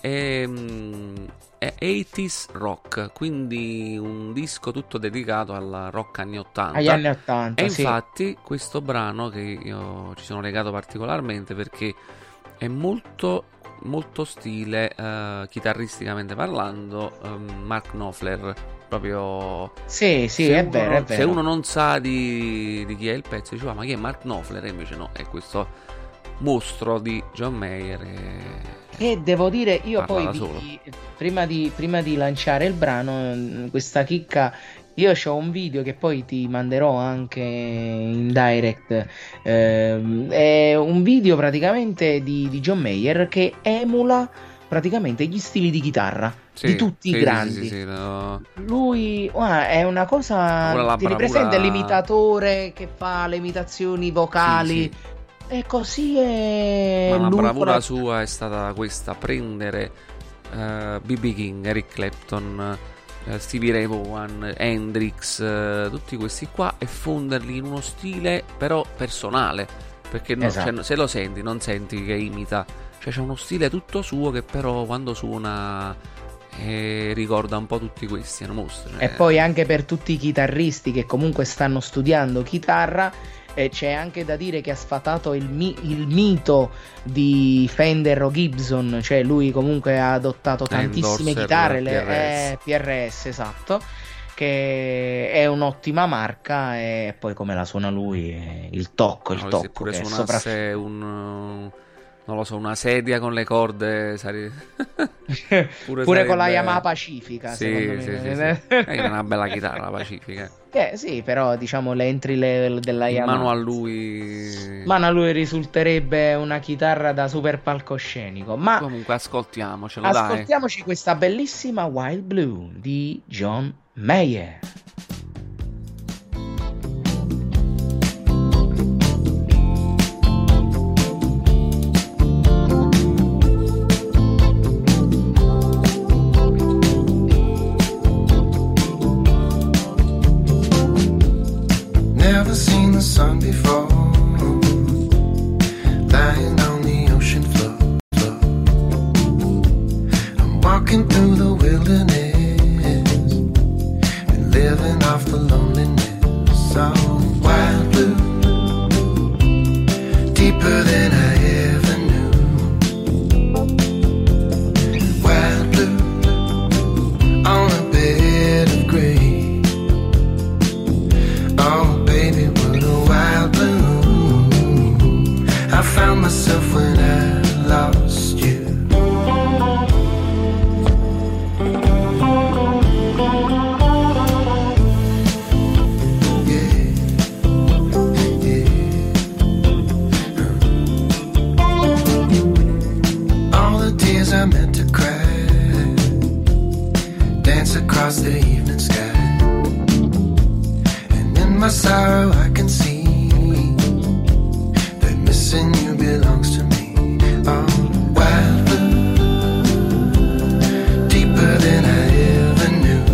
80s rock, quindi un disco tutto dedicato al rock anni 80. Agli anni 80, e infatti questo brano, che io ci sono legato particolarmente perché è molto stile, chitarristicamente parlando, Mark Knopfler, proprio. Sì, è vero. Se uno non sa di chi è il pezzo, dice ma chi è Mark Knopfler? E invece no, è questo mostro di John Mayer, e devo dire, io poi prima di lanciare il brano, questa chicca, io ho un video che poi ti manderò anche in direct, è un video praticamente di John Mayer che emula praticamente gli stili di chitarra di tutti i grandi. Lui è una cosa, ti ripresenta l'imitatore che fa le imitazioni vocali, e così è. Ma la bravura sua è stata questa: prendere B.B. King, Eric Clapton, Stevie Ray Vaughan, Hendrix, tutti questi qua, e fonderli in uno stile però personale, perché cioè, se lo senti non senti che imita, cioè c'è uno stile tutto suo che però quando suona ricorda un po' tutti questi, è un mostro, E poi anche per tutti i chitarristi che comunque stanno studiando chitarra, E c'è anche da dire che ha sfatato il mito di Fender o Gibson, cioè lui comunque ha adottato tantissime chitarre, PRS, esatto, che è un'ottima marca, e poi come la suona lui, il tocco, se pure che suonasse non lo so, una sedia con le corde pure con la Yamaha Pacifica, sì, secondo me. Sì. È una bella chitarra la Pacifica. Sì, però diciamo l'entry level della Yamaha in mano a lui risulterebbe una chitarra da super palcoscenico. Ma comunque ascoltiamoci questa bellissima Wild Blue di John Mayer. Never seen the sun before, lying on the ocean floor. I'm walking through the wilderness and living off the loneliness. So wild blue, deeper than I ever knew. Wild blue, on a bed of gray. Oh baby, what a wild blue I found myself when I lost you. All the tears I meant to cry dance across the evening sky. In my sorrow I can see that missing you belongs to me. Oh, wild blue, deeper than I ever knew.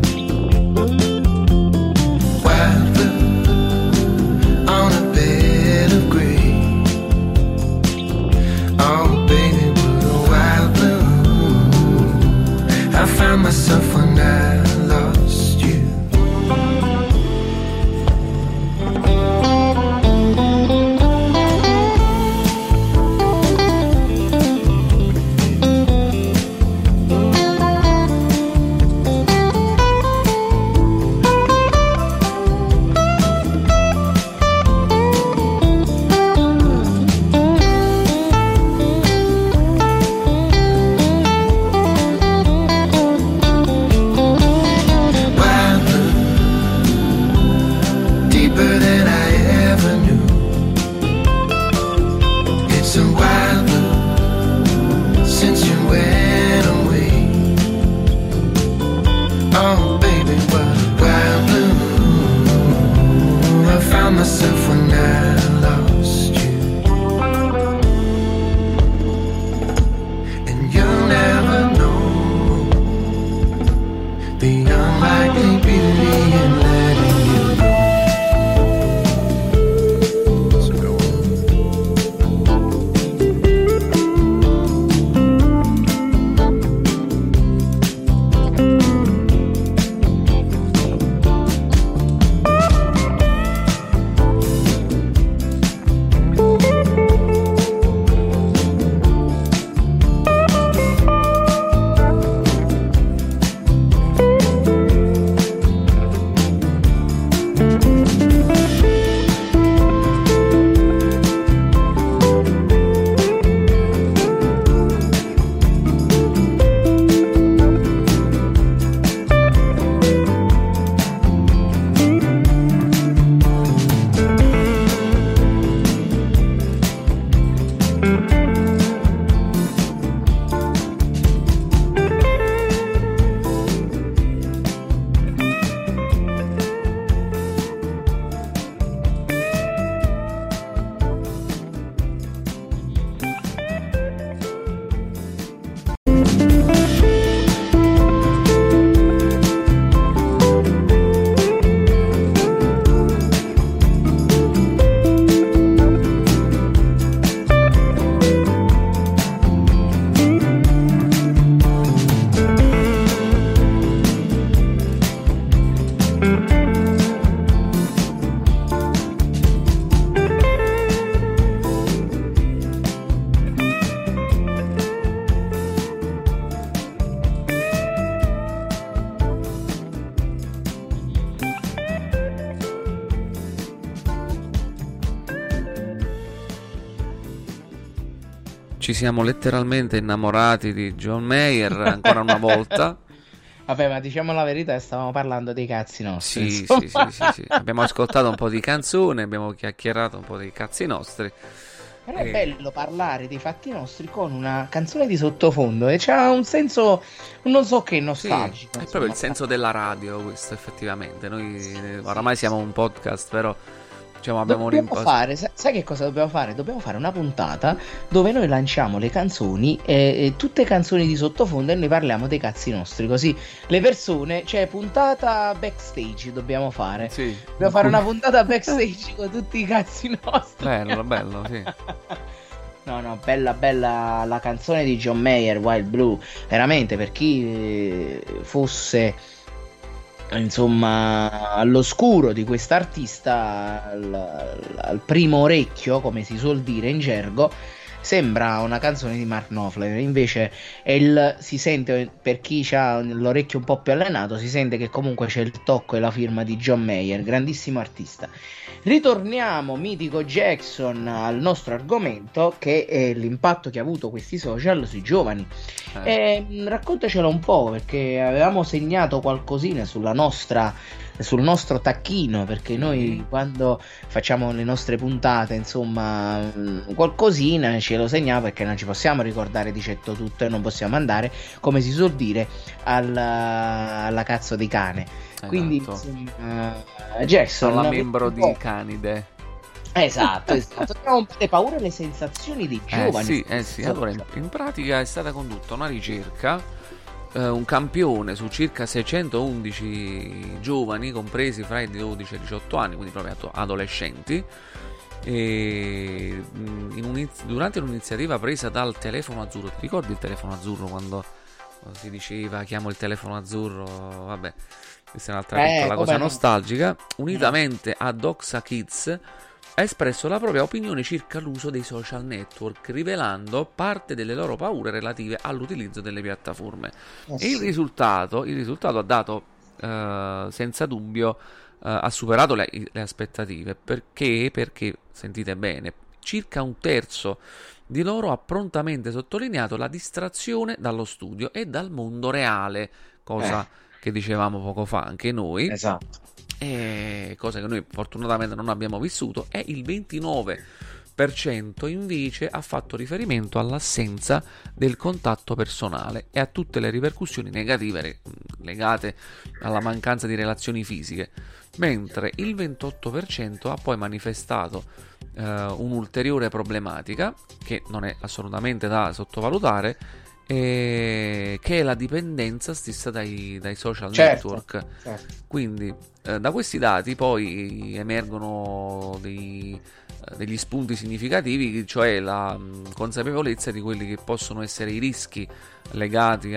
Wild blue, on a bed of gray. Oh baby, what a wild blue I found myself when I lost you. ci siamo letteralmente innamorati di John Mayer ancora una volta. Vabbè, ma diciamo la verità, stavamo parlando dei cazzi nostri. Sì, insomma. sì. Abbiamo ascoltato un po' di canzone, abbiamo chiacchierato un po' dei cazzi nostri. Però è bello parlare dei fatti nostri con una canzone di sottofondo e c'ha un senso, non so che, nostalgico. È proprio il senso della radio questo, effettivamente. Noi oramai siamo un podcast, però diciamo abbiamo sai che cosa dobbiamo fare? Dobbiamo fare una puntata dove noi lanciamo le canzoni e tutte canzoni di sottofondo e noi parliamo dei cazzi nostri, così le persone, cioè puntata backstage dobbiamo fare. Sì. Dobbiamo fare una puntata backstage con tutti i cazzi nostri. Bello, sì. No, bella la canzone di John Mayer, Wild Blue, veramente, per chi fosse insomma all'oscuro di quest'artista, al primo orecchio, come si suol dire in gergo, sembra una canzone di Mark Knopfler. Invece si sente, per chi ha l'orecchio un po' più allenato, si sente che comunque c'è il tocco e la firma di John Mayer, grandissimo artista. Ritorniamo, mitico Jackson, al nostro argomento, che è l'impatto che ha avuto questi social sui giovani. Raccontacelo un po', perché avevamo segnato qualcosina sul nostro tacchino, perché noi quando facciamo le nostre puntate, insomma, qualcosina ce lo segniamo, perché non ci possiamo ricordare di certo tutto e non possiamo andare, come si suol dire, alla cazzo di cane. Esatto. Quindi Jackson, alla membro di Canide. Esatto. Abbiamo un po' le paure e le sensazioni dei giovani. Sì. Allora, in pratica è stata condotta una ricerca, un campione su circa 611 giovani compresi fra i 12 e i 18 anni, quindi proprio adolescenti, e durante un'iniziativa presa dal telefono azzurro. Ti ricordi il telefono azzurro, quando si diceva chiamo il telefono azzurro? Vabbè, questa è un'altra piccola cosa nostalgica. Unitamente a Doxa Kids ha espresso la propria opinione circa l'uso dei social network, rivelando parte delle loro paure relative all'utilizzo delle piattaforme. E il risultato ha dato, senza dubbio, ha superato le aspettative. Perché, sentite bene, circa un terzo di loro ha prontamente sottolineato la distrazione dallo studio e dal mondo reale, cosa che dicevamo poco fa anche noi. Esatto. Cosa che noi fortunatamente non abbiamo vissuto, e il 29% invece ha fatto riferimento all'assenza del contatto personale e a tutte le ripercussioni negative legate alla mancanza di relazioni fisiche, mentre il 28% ha poi manifestato un'ulteriore problematica, che non è assolutamente da sottovalutare, che è la dipendenza stessa dai social network. Certo. Quindi da questi dati poi emergono degli spunti significativi, cioè la consapevolezza di quelli che possono essere i rischi legati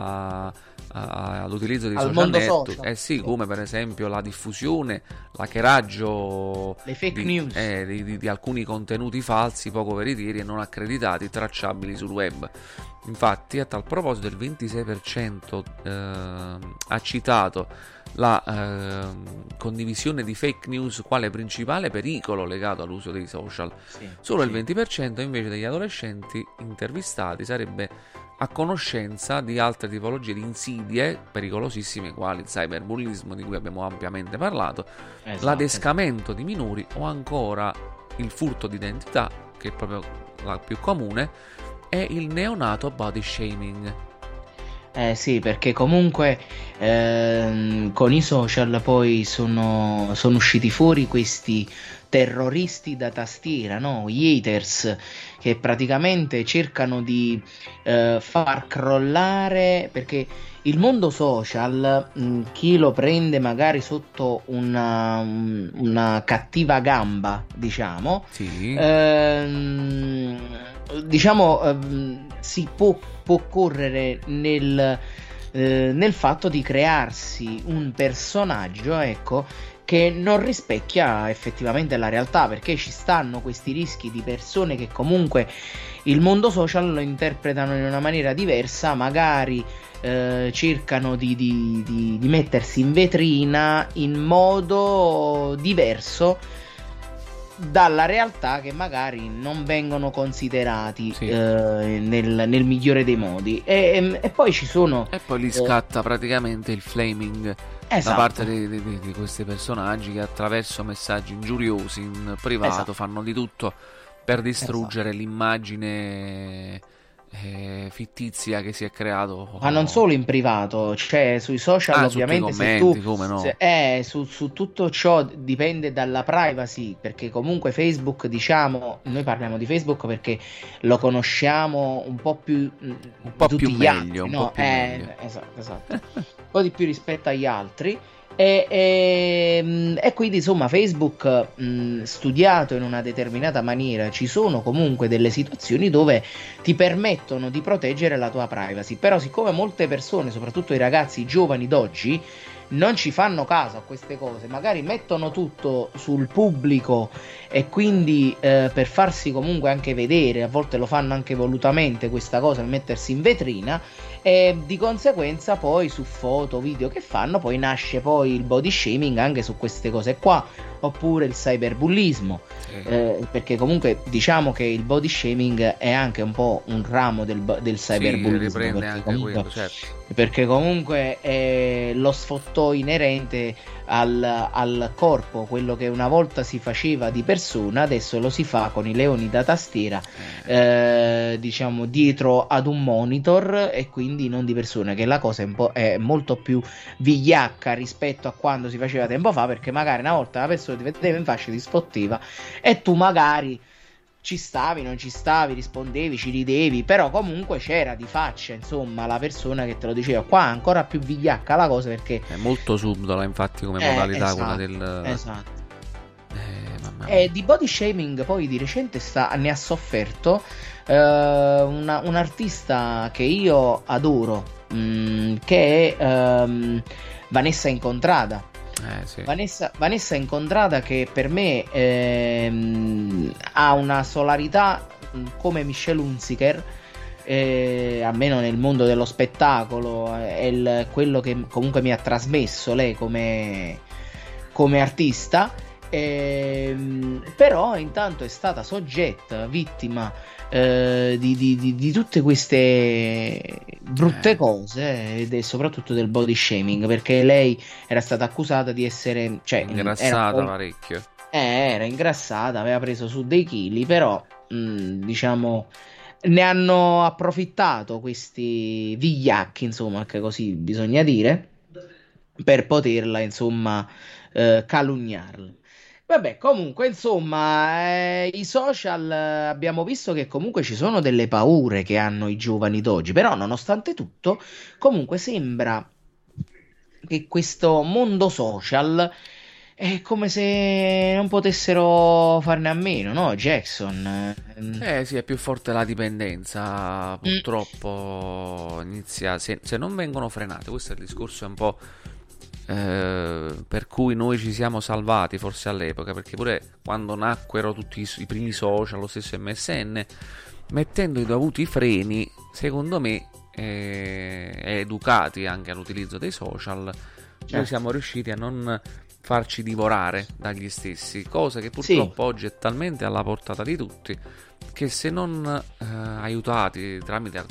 all'utilizzo dei social network. Sì, come per esempio la diffusione, l'hackeraggio, le fake news di alcuni contenuti falsi, poco veritieri e non accreditati, tracciabili sul web. Infatti, a tal proposito, il 26% ha citato la condivisione di fake news quale principale pericolo legato all'uso dei social. Solo il 20% invece degli adolescenti intervistati sarebbe a conoscenza di altre tipologie di insidie pericolosissime, quali il cyberbullismo, di cui abbiamo ampiamente parlato, l'adescamento di minori, o ancora il furto di identità, che è proprio la più comune, e il neonato body shaming. Sì, perché comunque con i social poi sono usciti fuori questi terroristi da tastiera, no? Gli haters, che praticamente cercano di far crollare, perché il mondo social, chi lo prende magari sotto una cattiva gamba, diciamo, si può correre nel fatto di crearsi un personaggio, ecco, che non rispecchia effettivamente la realtà, perché ci stanno questi rischi di persone che comunque il mondo social lo interpretano in una maniera diversa, magari cercano di mettersi in vetrina in modo diverso dalla realtà che magari non vengono considerati nel migliore dei modi. E poi ci sono... E poi li scatta praticamente il flaming da parte di questi personaggi che attraverso messaggi ingiuriosi in privato fanno di tutto per distruggere l'immagine fittizia che si è creato. Ma non solo in privato, cioè sui social ovviamente commenti, come no? Su tutto ciò dipende dalla privacy, perché comunque Facebook, diciamo, noi parliamo di Facebook perché lo conosciamo un po' più meglio, esatto. Un po' di più rispetto agli altri. E quindi insomma Facebook studiato in una determinata maniera, ci sono comunque delle situazioni dove ti permettono di proteggere la tua privacy, però siccome molte persone, soprattutto i ragazzi, i giovani d'oggi, non ci fanno caso a queste cose, magari mettono tutto sul pubblico e quindi per farsi comunque anche vedere, a volte lo fanno anche volutamente questa cosa, per mettersi in vetrina, e di conseguenza poi su foto, video che fanno, poi nasce poi il body shaming anche su queste cose qua, oppure il cyberbullismo, perché comunque diciamo che il body shaming è anche un po' un ramo del cyberbullismo, perché anche comunque, quello, certo. Perché comunque è lo sfottò inerente al corpo, quello che una volta si faceva di persona adesso lo si fa con i leoni da tastiera, diciamo dietro ad un monitor, e quindi non di persona, che la cosa è molto più vigliacca rispetto a quando si faceva tempo fa, perché magari una volta una persona ti vedeva in faccia, ti spotteva e tu magari ci stavi, non ci stavi, rispondevi, ci ridevi, però comunque c'era di faccia, insomma, la persona che te lo diceva. Qua è ancora più vigliacca la cosa, perché è molto subdola, infatti, come modalità, esatto, quella del... Esatto. E di body shaming poi di recente ne ha sofferto un artista che io adoro, che è Vanessa Incontrada. Vanessa Incontrada, che per me ha una solarità come Michelle Hunziker, almeno nel mondo dello spettacolo, è quello che comunque mi ha trasmesso lei come artista. Però intanto è stata soggetta, vittima di tutte queste brutte cose, ed è soprattutto del body shaming, perché lei era stata accusata di essere, cioè, ingrassata parecchio. Era ingrassata, aveva preso su dei chili, però diciamo ne hanno approfittato questi vigliacchi, insomma, che così bisogna dire, per poterla, insomma, calunniarla. Vabbè, comunque, insomma, i social, abbiamo visto che comunque ci sono delle paure che hanno i giovani d'oggi, però nonostante tutto, comunque sembra che questo mondo social è come se non potessero farne a meno, no, Jackson? Sì, è più forte la dipendenza, purtroppo inizia, se non vengono frenate, questo è il discorso un po'... per cui noi ci siamo salvati forse all'epoca, perché pure quando nacquero tutti i primi social, lo stesso MSN, mettendo i dovuti freni, secondo me, educati anche all'utilizzo dei social, noi siamo riusciti a non farci divorare dagli stessi, cosa che purtroppo oggi è talmente alla portata di tutti che se non aiutati tramite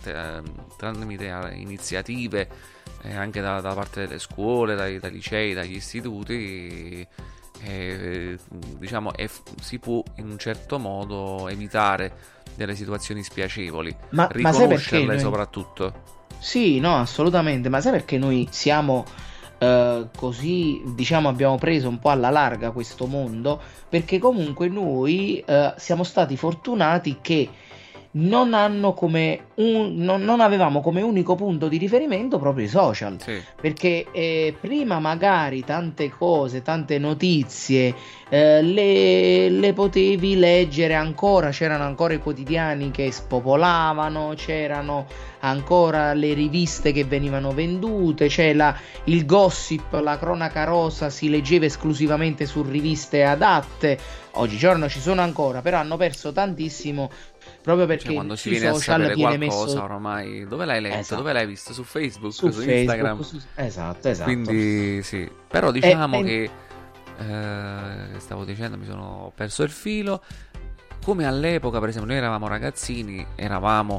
iniziative anche da parte delle scuole, dai licei, dagli istituti, diciamo, si può in un certo modo evitare delle situazioni spiacevoli, riconoscerle soprattutto. Sì, no, assolutamente, ma sai perché noi siamo così, diciamo, abbiamo preso un po' alla larga questo mondo? Perché comunque noi siamo stati fortunati che non avevamo come unico punto di riferimento proprio i social, perché prima magari tante cose, tante notizie le potevi leggere ancora, c'erano ancora i quotidiani che spopolavano, c'erano ancora le riviste che venivano vendute, il gossip, la cronaca rosa si leggeva esclusivamente su riviste adatte. Oggigiorno ci sono ancora, però hanno perso tantissimo, proprio perché quando si viene a sapere qualcosa ormai, dove l'hai letto, esatto, dove l'hai visto, su Facebook, su Instagram, esatto. quindi sì, però diciamo che Stavo dicendo, ho perso il filo. Come all'epoca, per esempio, noi eravamo ragazzini, eravamo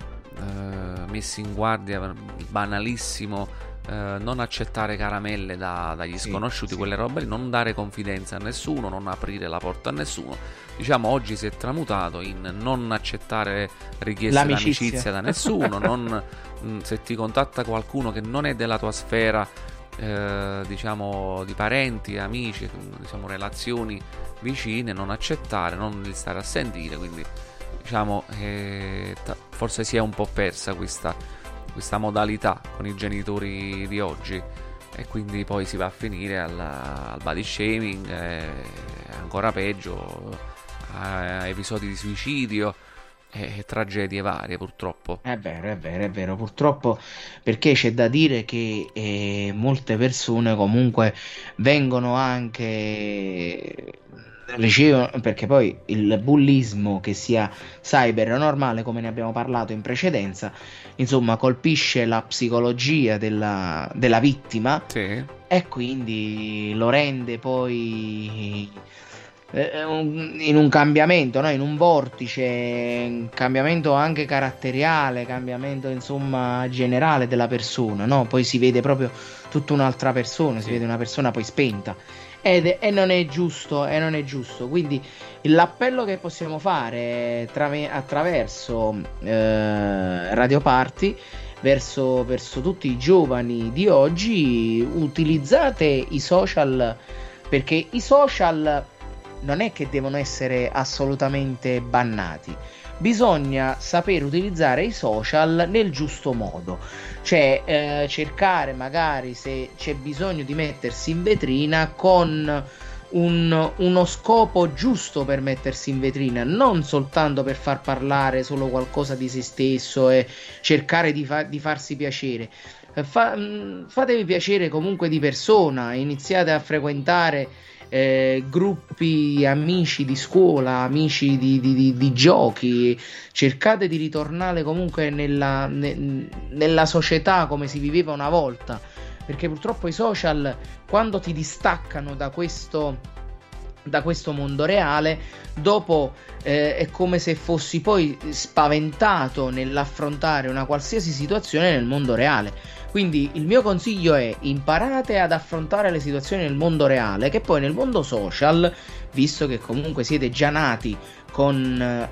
messi in guardia, banalissimo, non accettare caramelle dagli sconosciuti, quelle robe lì, non dare confidenza a nessuno, non aprire la porta a nessuno. Diciamo, oggi si è tramutato in non accettare richieste d'amicizia da nessuno, se ti contatta qualcuno che non è della tua sfera, diciamo, di parenti, amici, diciamo, relazioni vicine, non accettare, non li stare a sentire. Quindi diciamo forse si è un po' persa questa modalità con i genitori di oggi, e quindi poi si va a finire al body shaming, ancora peggio, a episodi di suicidio e tragedie varie, purtroppo. È vero, purtroppo, perché c'è da dire che molte persone comunque vengono anche ricevono, perché poi il bullismo, che sia cyber o normale, come ne abbiamo parlato in precedenza, insomma, colpisce la psicologia della vittima, Sì. e quindi lo rende poi in un cambiamento, no? In un vortice, un cambiamento anche caratteriale, cambiamento insomma generale della persona, no? Poi si vede proprio tutta un'altra persona, si vede una persona poi spenta, e non è giusto, quindi l'appello che possiamo fare attraverso Radio Party verso tutti i giovani di oggi: utilizzate i social, perché i social non è che devono essere assolutamente bannati, bisogna saper utilizzare i social nel giusto modo, cioè cercare, magari, se c'è bisogno di mettersi in vetrina, con uno scopo giusto per mettersi in vetrina, non soltanto per far parlare solo qualcosa di se stesso e cercare di farsi piacere. Fatevi piacere comunque di persona, iniziate a frequentare gruppi amici di scuola, amici di giochi, cercate di ritornare comunque nella società come si viveva una volta, perché purtroppo i social, quando ti distaccano da questo mondo reale, dopo è come se fossi poi spaventato nell'affrontare una qualsiasi situazione nel mondo reale. Quindi il mio consiglio è: imparate ad affrontare le situazioni nel mondo reale, che poi nel mondo social, visto che comunque siete già nati con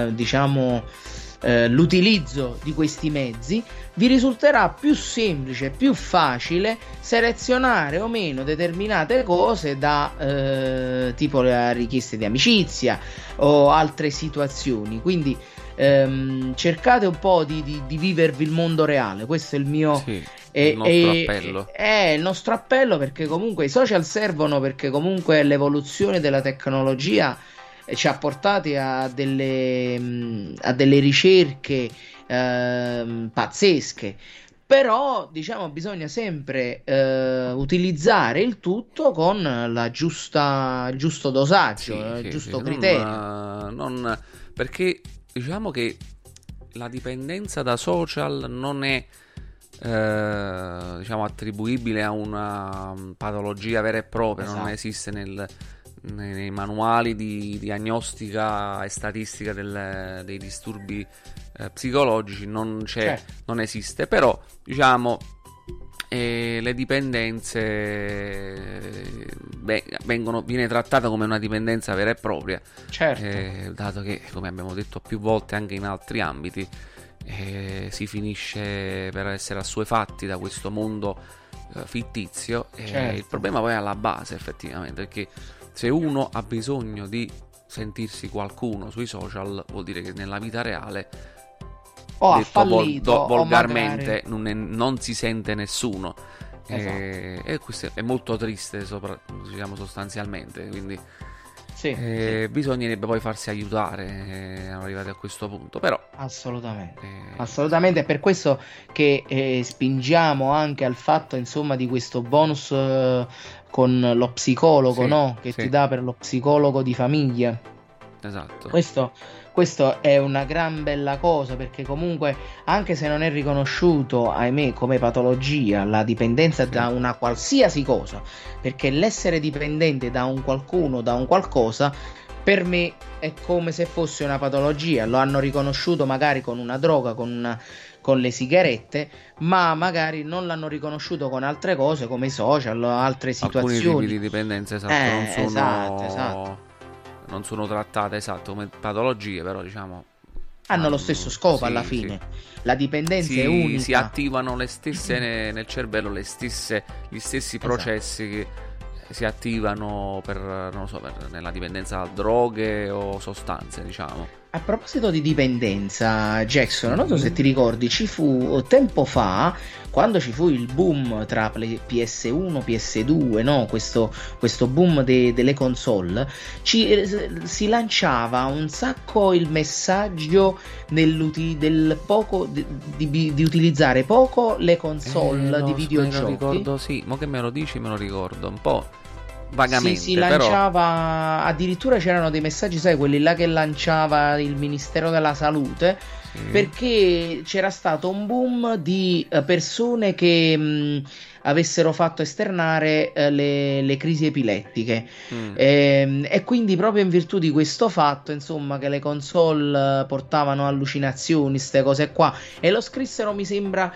l'utilizzo di questi mezzi, vi risulterà più semplice, più facile selezionare o meno determinate cose, tipo le richieste di amicizia o altre situazioni. Quindi cercate un po' di vivervi il mondo reale. Questo è il mio il nostro appello. È il nostro appello, perché comunque i social servono, perché comunque l'evoluzione della tecnologia ci ha portati a delle ricerche pazzesche. Però diciamo bisogna sempre utilizzare il tutto con il giusto dosaggio, il giusto criterio. Perché diciamo che la dipendenza da social non è attribuibile a una patologia vera e propria, esatto. Non esiste nei manuali di diagnostica e statistica dei disturbi psicologici, non c'è, certo. Non esiste. Però diciamo le dipendenze viene trattata come una dipendenza vera e propria, certo. dato che, come abbiamo detto più volte anche in altri ambiti, si finisce per essere assuefatti da questo mondo fittizio, certo. Il problema poi è alla base, effettivamente, perché se uno ha bisogno di sentirsi qualcuno sui social, vuol dire che nella vita reale, o ha fallito, volgarmente, o magari non si sente nessuno. Esatto. E questo è molto triste, sostanzialmente. Quindi sì. bisognerebbe poi farsi aiutare, arrivati a questo punto. Però assolutamente, è per questo che spingiamo anche al fatto, insomma, di questo bonus con lo psicologo, no? Che ti dà per lo psicologo di famiglia. Esatto. Questo è una gran bella cosa, perché comunque, anche se non è riconosciuto, ahimè, come patologia la dipendenza da una qualsiasi cosa, perché l'essere dipendente da un qualcuno, da un qualcosa, per me è come se fosse una patologia. Lo hanno riconosciuto magari con una droga, con le sigarette, ma magari non l'hanno riconosciuto con altre cose come i social, altre situazioni. Alcuni tipi di dipendenza, esatto, esatto. Non sono trattate, esatto, come patologie, però diciamo hanno lo stesso scopo alla fine. La dipendenza è unica. Si attivano le stesse nel cervello, gli stessi processi che si attivano nella dipendenza da droghe o sostanze, diciamo. A proposito di dipendenza, Jackson, non so se ti ricordi, ci fu tempo fa, quando ci fu il boom tra PS1 e PS2, no? Questo boom delle console, si lanciava un sacco il messaggio di utilizzare poco le console di videogiochi. Me lo ricordo, sì, mo che me lo dici me lo ricordo un po'. Vagamente, si lanciava, addirittura c'erano dei messaggi, sai, quelli là che lanciava il Ministero della Salute, perché c'era stato un boom di persone che avessero fatto esternare le crisi epilettiche, e quindi proprio in virtù di questo fatto, insomma, che le console portavano allucinazioni, queste cose qua, e lo scrissero, mi sembra,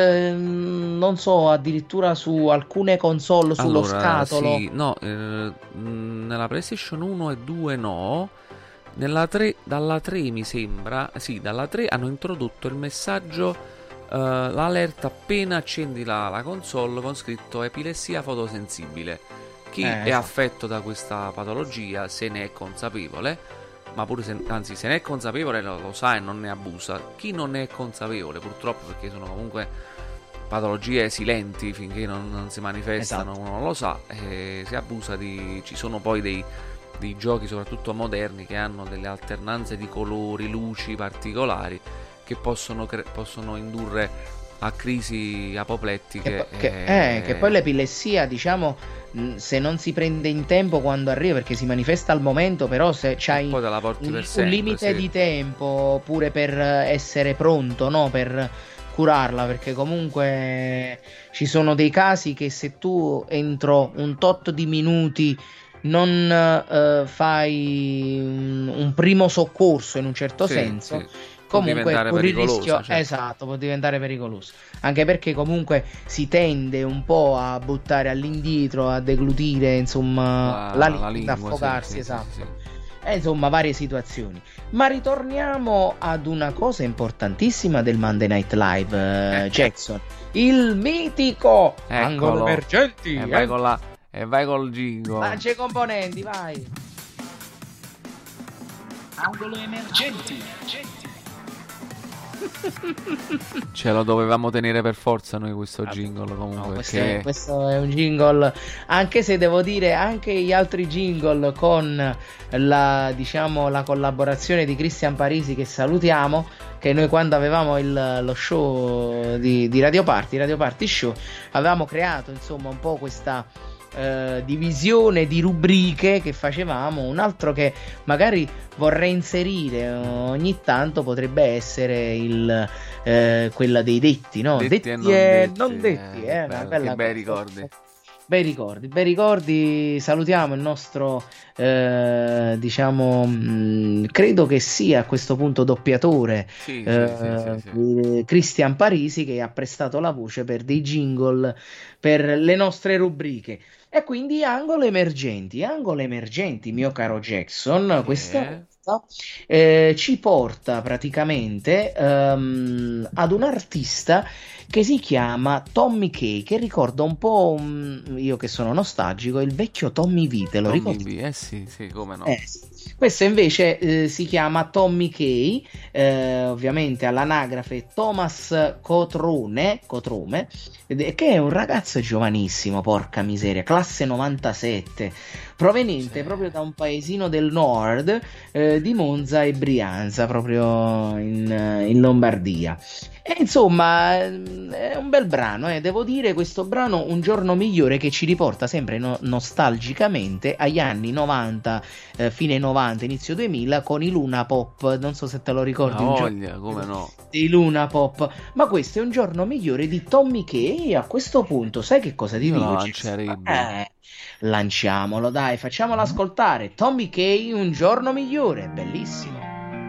non so, addirittura su alcune console, sullo scatolo. Sì, no, nella PlayStation 1 e 2 no. Dalla 3 mi sembra, sì, dalla 3 hanno introdotto il messaggio, l'alert appena accendi la console con scritto epilessia fotosensibile. Chi è affetto da questa patologia se ne è consapevole, ma pure se ne è consapevole lo sa e non ne abusa. Chi non ne è consapevole, purtroppo, perché sono comunque patologie silenti, finché non si manifestano, uno non lo sa, si abusa ci sono poi dei giochi, soprattutto moderni, che hanno delle alternanze di colori, luci particolari, che possono indurre a crisi apoplettiche. Che poi l'epilessia, diciamo, se non si prende in tempo quando arriva, perché si manifesta al momento, però se c'hai un limite di tempo pure per essere pronto, no? Per curarla, perché comunque ci sono dei casi che se tu entro un tot di minuti non fai un primo soccorso, in un certo senso, comunque corri il rischio, esatto, può diventare pericoloso, anche perché comunque si tende un po' a buttare all'indietro, a deglutire, insomma, la lingua, ad affogarsi, esatto. E insomma, varie situazioni. Ma ritorniamo ad una cosa importantissima del Monday Night Live, Jackson, il mitico Angolo Emergenti. E vai col jingle. Lancia i componenti, vai. Angolo Emergenti. Ce lo dovevamo tenere per forza noi questo jingle, comunque. No, questo è un jingle, anche se devo dire, anche gli altri jingle con la collaborazione di Christian Parisi, che salutiamo, che noi quando avevamo lo show di Radio Party Show, avevamo creato, insomma, un po' questa divisione di rubriche che facevamo. Un altro che magari vorrei inserire ogni tanto potrebbe essere quella dei detti, no? Detti e non detti, una bella che bei ricordi. Bei ricordi. Salutiamo il nostro credo che sia a questo punto doppiatore, sì. Christian Parisi, che ha prestato la voce per dei jingle per le nostre rubriche. E quindi angolo emergenti, mio caro Jackson, questa volta ci porta praticamente ad un artista che si chiama Tommy Kay, che ricorda un po', io che sono nostalgico, il vecchio Tommy V, te lo ricordi? Sì, come no. Questo invece si chiama Tommy Kay, ovviamente all'anagrafe Thomas Cotrome, che è un ragazzo giovanissimo, porca miseria, classe 97, proveniente proprio da un paesino del nord, di Monza e Brianza, proprio in Lombardia. E insomma, è un bel brano, devo dire, questo brano Un giorno migliore, che ci riporta sempre nostalgicamente agli anni 90, fine 90, inizio 2000, con i Luna Pop. Non so se te lo ricordi. Come no? I Luna Pop. Ma questo è Un giorno migliore di Tommy Kay. E a questo punto, sai che cosa ti dico? Lanciamolo, dai, facciamolo ascoltare. Tommy Kay, Un giorno migliore, bellissimo.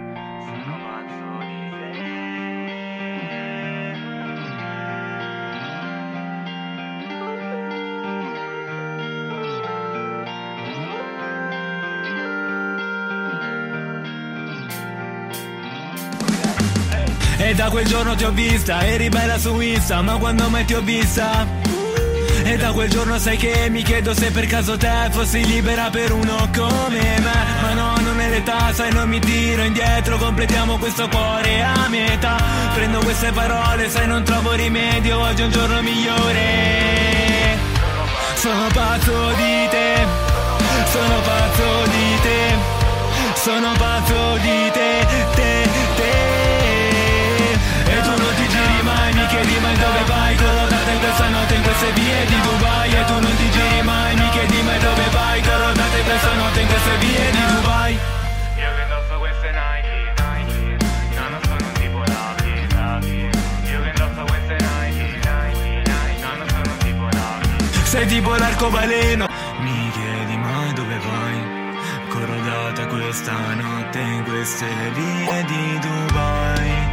E da quel giorno ti ho vista, eri bella su Insta, ma quando mai ti ho vista? E da quel giorno sai che mi chiedo se per caso te fossi libera per uno come me. Ma no, non è l'età, sai, non mi tiro indietro, completiamo questo cuore a metà. Prendo queste parole, sai, non trovo rimedio, oggi è un giorno migliore. Sono pazzo di te, sono pazzo di te, sono pazzo di te, te. E tu non ti giri mai, mi chiedi mai dove vai, collocata in questa notte in queste vie di Dubai. E tu non ti giri mai, mi chiedi mai dove vai, collocata in questa notte in queste vie di Dubai. Io che indosso queste Nike, no, non sono un tipo Lucky. Io che indosso queste Nike, no, non sono un tipo Lucky. Sei tipo l'arcobaleno, mi chiedi mai dove vai, corrodata questa notte in queste vie di Dubai.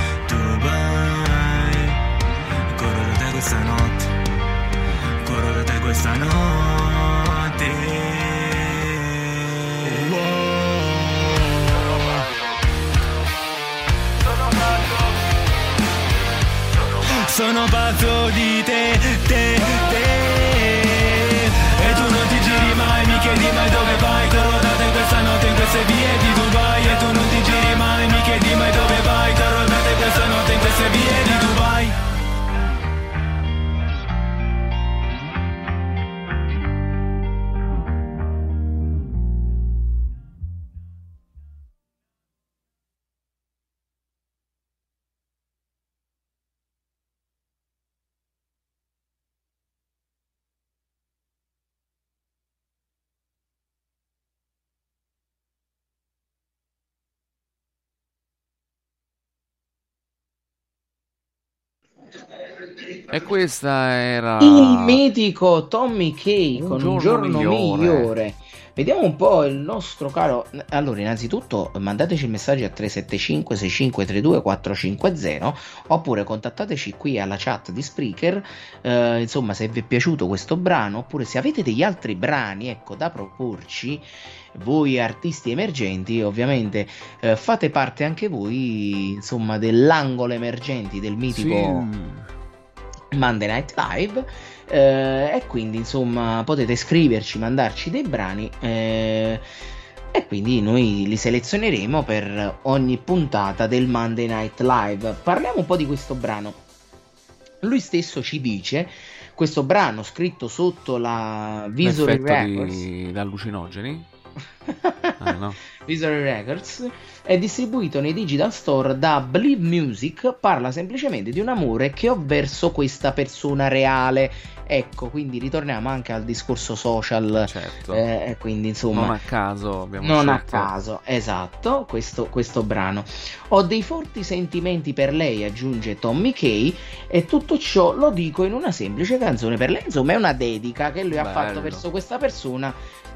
Corro da te questa notte, corro da te questa notte. Sono pazzo di te. E tu non ti giri mai, mi chiedi mai dove vai, corro da te questa notte in queste vie di Dubai. E tu non ti giri mai, mi chiedi mai dove vai, corro da te questa notte in queste vie di Dubai. E questa era il mitico Tommy Kay con Un giorno migliore. migliore. Vediamo un po' il nostro caro. Allora, innanzitutto mandateci il messaggio a 375 6532 450 oppure contattateci qui alla chat di Spreaker, insomma, se vi è piaciuto questo brano, oppure se avete degli altri brani, ecco, da proporci, voi artisti emergenti, ovviamente fate parte anche voi, insomma, dell'angolo emergenti del mitico Monday Night Live, e quindi insomma potete scriverci, mandarci dei brani, e quindi noi li selezioneremo per ogni puntata del Monday Night Live. Parliamo un po' di questo brano. Lui stesso ci dice: questo brano scritto sotto la Visory Records da allucinogeni no. Visory Records, è distribuito nei digital store da Believe Music, parla semplicemente di un amore che ho verso questa persona reale. Ecco, quindi ritorniamo anche al discorso social, certo. Quindi insomma non a caso abbiamo non scelto. a caso, esatto, questo brano. Ho dei forti sentimenti per lei, aggiunge Tommy Kay, e tutto ciò lo dico in una semplice canzone per lei. Insomma, è una dedica che lui ha fatto verso questa persona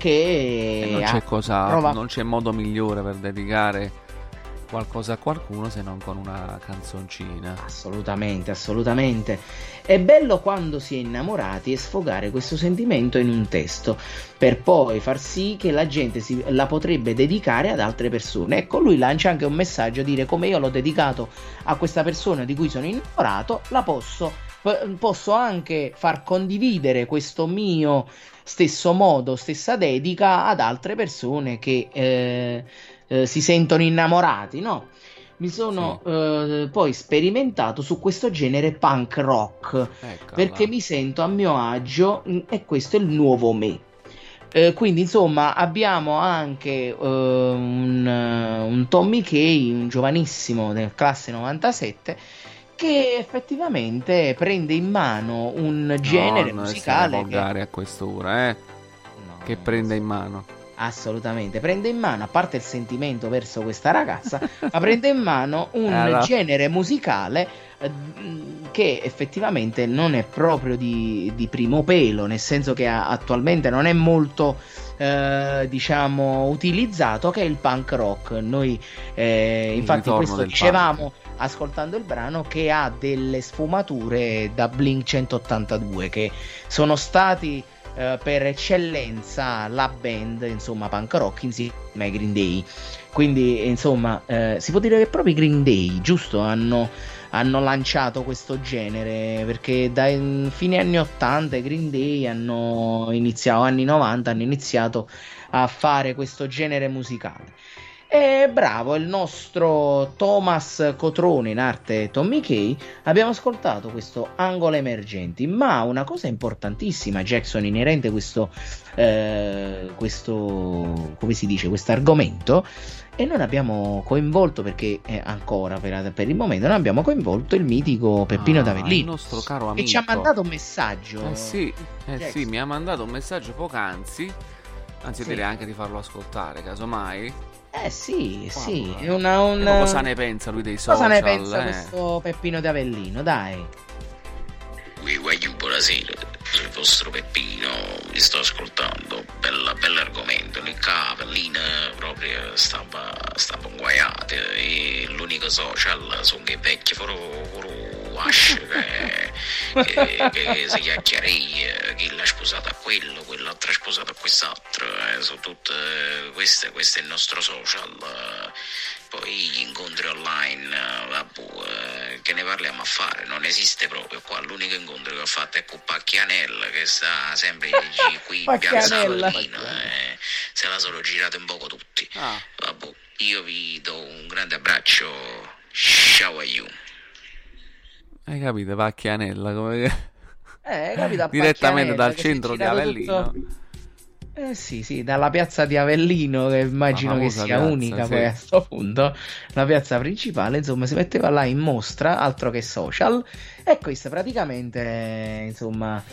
che non c'è modo migliore per dedicare qualcosa a qualcuno se non con una canzoncina. Assolutamente. È bello quando si è innamorati e sfogare questo sentimento in un testo, per poi far sì che la gente la potrebbe dedicare ad altre persone. Ecco, lui lancia anche un messaggio a dire: come io l'ho dedicato a questa persona di cui sono innamorato, la posso anche far condividere questo mio stesso modo, stessa dedica ad altre persone che si sentono innamorati, no? Mi sono poi sperimentato su questo genere punk rock, perché mi sento a mio agio, e questo è il nuovo me. Quindi insomma abbiamo anche un Tommy Kay, un giovanissimo del classe 97, che effettivamente prende in mano un genere non musicale volgare a quest'ora, No, che prende in mano. assolutamente, prende in mano, a parte il sentimento verso questa ragazza, ma prende in mano un Allora. genere musicale che effettivamente non è proprio di primo pelo, nel senso che attualmente non è molto diciamo utilizzato, che è il punk rock. Noi infatti ritorno questo del dicevamo ascoltando il brano, che ha delle sfumature da Blink 182, che sono stati per eccellenza la band, insomma, punk rock insieme ai Green Day. Quindi insomma si può dire che proprio i Green Day, giusto, hanno lanciato questo genere, perché dai fine anni 80 i Green Day anni 90 hanno iniziato a fare questo genere musicale. E bravo, il nostro Thomas Cotrone, in arte Tommy Kay, abbiamo ascoltato questo Angolo Emergenti, ma una cosa importantissima, Jackson, inerente a questo come si dice, questo argomento, e non abbiamo coinvolto, perché ancora per il momento non abbiamo coinvolto il mitico Peppino D'Avellino, il nostro caro amico, che ci ha mandato un messaggio. sì, mi ha mandato un messaggio poc'anzi, anzi Sì. direi anche di farlo ascoltare, casomai. Sì, è Vediamo cosa ne pensa lui dei social. Cosa ne pensa questo Peppino D'Avellino, dai? Buonasera, il vostro Peppino, vi sto ascoltando, bell'argomento, lì Avellino proprio stava inguaiato, e l'unico social sono che vecchi foro Ash che si chiacchieria, chi l'ha sposato a quello, quell'altro ha sposato a quest'altro, sono tutte questo è il nostro social. Poi gli incontri online, che ne parliamo a fare? Non esiste proprio qua. L'unico incontro che ho fatto è con Pacchianella, che sta sempre qui in Piazza Avellino, se la sono girata un poco tutti. Vabbè, io vi do un grande abbraccio, ciao a you. Hai capito, Pacchianella, come Capita a direttamente Pacchianella, dal che si è centro di girato Avellino. tutto. Sì, dalla piazza di Avellino, che immagino che sia piazza, unica, sì. poi a questo punto, la piazza principale, insomma, si metteva là in mostra, altro che social, e questo praticamente, insomma,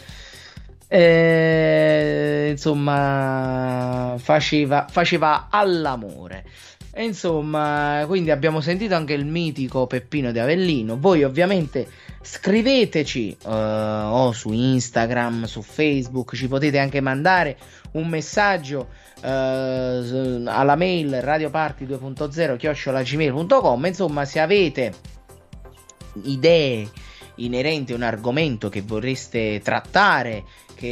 faceva all'amore. E insomma, quindi abbiamo sentito anche il mitico Peppino di Avellino. Voi ovviamente scriveteci o su Instagram, su Facebook, ci potete anche mandare un messaggio alla mail radioparty2.0@gmail.com. Insomma, se avete idee inerenti a un argomento che vorreste trattare,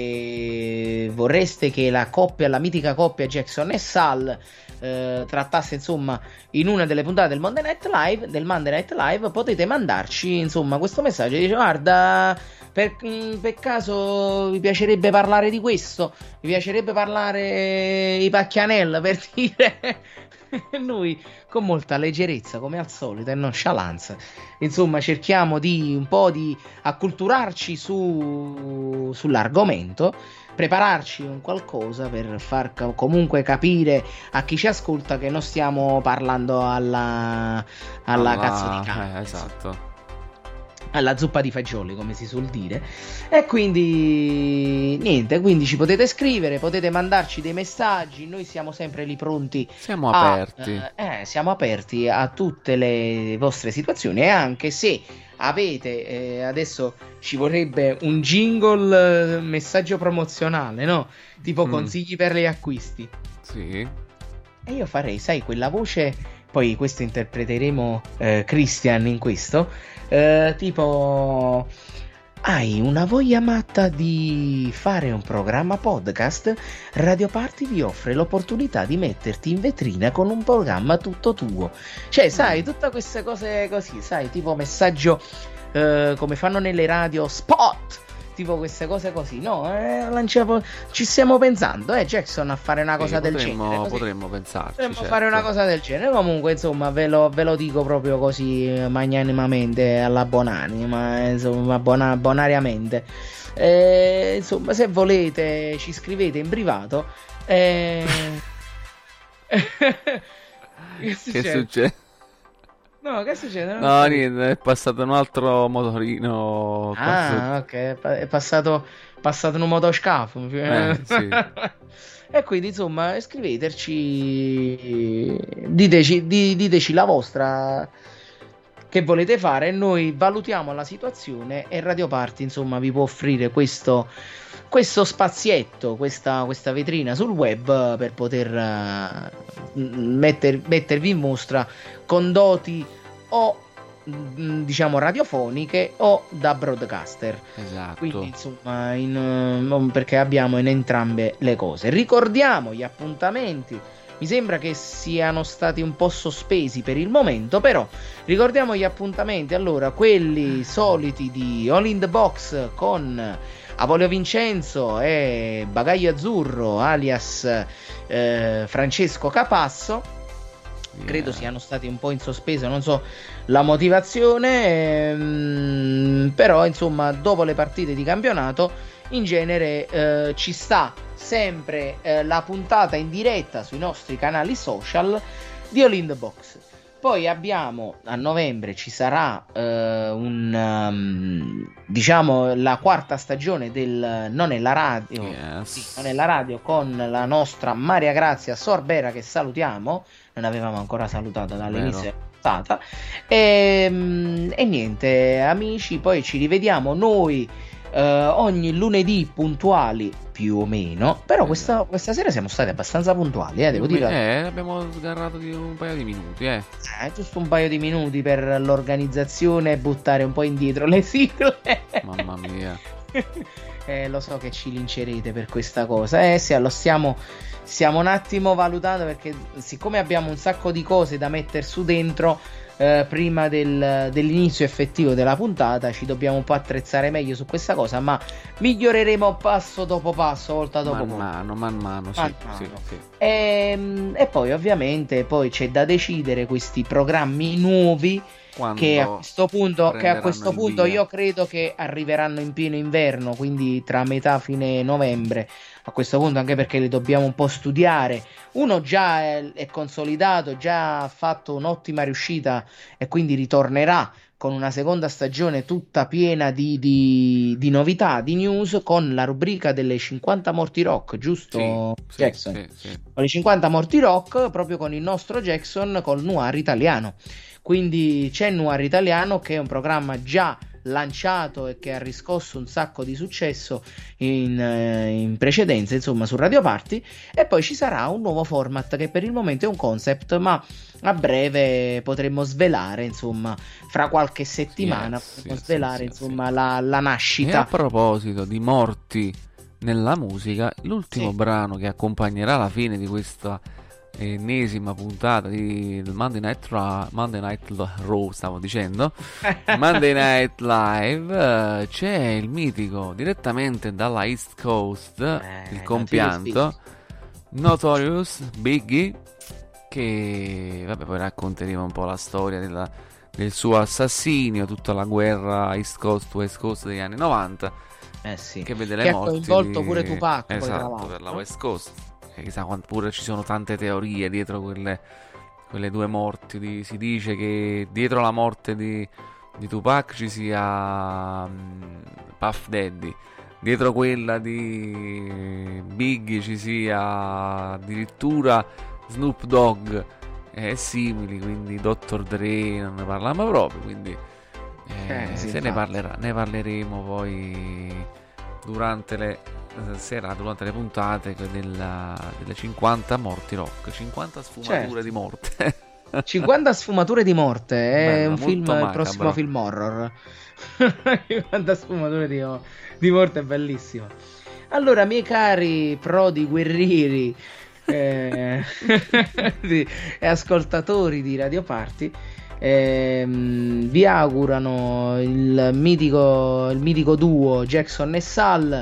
che vorreste che la mitica coppia Jackson e Sal trattasse, insomma, in una delle puntate del Monday Night Live, potete mandarci, insomma, questo messaggio. Dice: guarda, per caso vi piacerebbe parlare di questo? Vi piacerebbe parlare i Pacchianella, per dire? Noi con molta leggerezza, come al solito, e nonchalance, insomma, cerchiamo di un po' di acculturarci sull'argomento, prepararci un qualcosa per far comunque capire a chi ci ascolta che non stiamo parlando alla cazzo di cane, esatto, alla zuppa di fagioli, come si suol dire. E quindi niente, quindi ci potete scrivere, potete mandarci dei messaggi, noi siamo sempre lì pronti, siamo aperti, siamo aperti a tutte le vostre situazioni. E anche se avete adesso ci vorrebbe un jingle, messaggio promozionale, no? Tipo consigli per gli acquisti. Sì. E io farei, sai, quella voce, poi questo interpreteremo Christian in questo, tipo: hai una voglia matta di fare un programma podcast? Radio Party vi offre l'opportunità di metterti in vetrina con un programma tutto tuo. Cioè, sai, tutte queste cose così, sai, tipo messaggio come fanno nelle radio spot, tipo queste cose così, no? Ci stiamo pensando, Jackson, a fare una cosa del genere. Potremmo pensarci. Potremmo certo. fare una cosa del genere. Comunque, insomma, ve lo dico proprio così magnanimamente alla Bonanima, insomma, bonariamente. Insomma, se volete, ci scrivete in privato. Che succede? No, che succede? No, niente, è passato un altro motorino. Ok, è passato in un motoscafo. Sì. E quindi, insomma, scriveteci, diteci la vostra che volete fare, noi valutiamo la situazione e Radio Party, insomma, vi può offrire questo spazietto, questa vetrina sul web per poter mettervi in mostra con doti o diciamo radiofoniche o da broadcaster. Esatto. Quindi insomma perché abbiamo in entrambe le cose. Ricordiamo gli appuntamenti. Mi sembra che siano stati un po' sospesi per il momento, però ricordiamo gli appuntamenti. Allora, quelli soliti di All in the Box con Apolio Vincenzo e Bagaglio Azzurro alias Francesco Capasso. Credo siano stati un po' in sospeso, non so la motivazione, però insomma dopo le partite di campionato in genere ci sta sempre la puntata in diretta sui nostri canali social di All in the Box. Poi abbiamo a novembre ci sarà diciamo la quarta stagione del Non è la radio, sì, Non è la radio, con la nostra Maria Grazia Sorbera, che salutiamo, non avevamo ancora salutato dall'inizio della puntata. E niente amici, poi ci rivediamo noi ogni lunedì puntuali più o meno, però questa sera siamo stati abbastanza puntuali, devo dire. Abbiamo sgarrato di un paio di minuti, giusto un paio di minuti per l'organizzazione e buttare un po' indietro le sigle. Mamma mia. Lo so che ci lincerete per questa cosa, sì, lo stiamo un attimo valutando, perché siccome abbiamo un sacco di cose da mettere su dentro prima dell'inizio effettivo della puntata, ci dobbiamo un po' attrezzare meglio su questa cosa, ma miglioreremo passo dopo passo, volta dopo volta. Man mano. Sì. E poi ovviamente poi c'è da decidere questi programmi nuovi che a questo punto io credo che arriveranno in pieno inverno, quindi tra metà fine novembre a questo punto, anche perché li dobbiamo un po' studiare. Uno già è consolidato, già ha fatto un'ottima riuscita e quindi ritornerà con una seconda stagione tutta piena di novità, di news, con la rubrica delle 50 morti rock, giusto, Jackson? Sì. Con le 50 morti rock, proprio con il nostro Jackson, col Noir italiano. Quindi c'è Noir Italiano, che è un programma già lanciato e che ha riscosso un sacco di successo in precedenza, insomma, su Radio Party. E poi ci sarà un nuovo format che per il momento è un concept, ma a breve potremmo svelare, insomma, fra qualche settimana insomma, la nascita. E a proposito di morti nella musica, l'ultimo brano che accompagnerà la fine di questa ennesima puntata di Monday Night Raw, stavo dicendo Monday Night Live, c'è il mitico, direttamente dalla East Coast, il compianto Notorious Biggie, che vabbè, poi racconteremo un po' la storia del suo assassinio, tutta la guerra East Coast West Coast degli anni 90, che vede le morti, ha coinvolto pure Tupac, esatto, poi, per la West Coast. Chissà quanto, pure ci sono tante teorie dietro quelle due morti. Si dice che dietro la morte di Tupac ci sia Puff Daddy, dietro quella di Biggie ci sia addirittura Snoop Dogg e simili, quindi Dr. Dre non ne parliamo proprio, quindi ne parleremo poi durante le puntate delle 50 morti rock, 50 sfumature di morte. 50 sfumature di morte è bello, un film, macabro. Il prossimo film horror. 50 sfumature di morte è bellissimo. Allora, miei cari prodi guerrieri e ascoltatori di Radio Party, vi augurano il mitico duo Jackson e Sal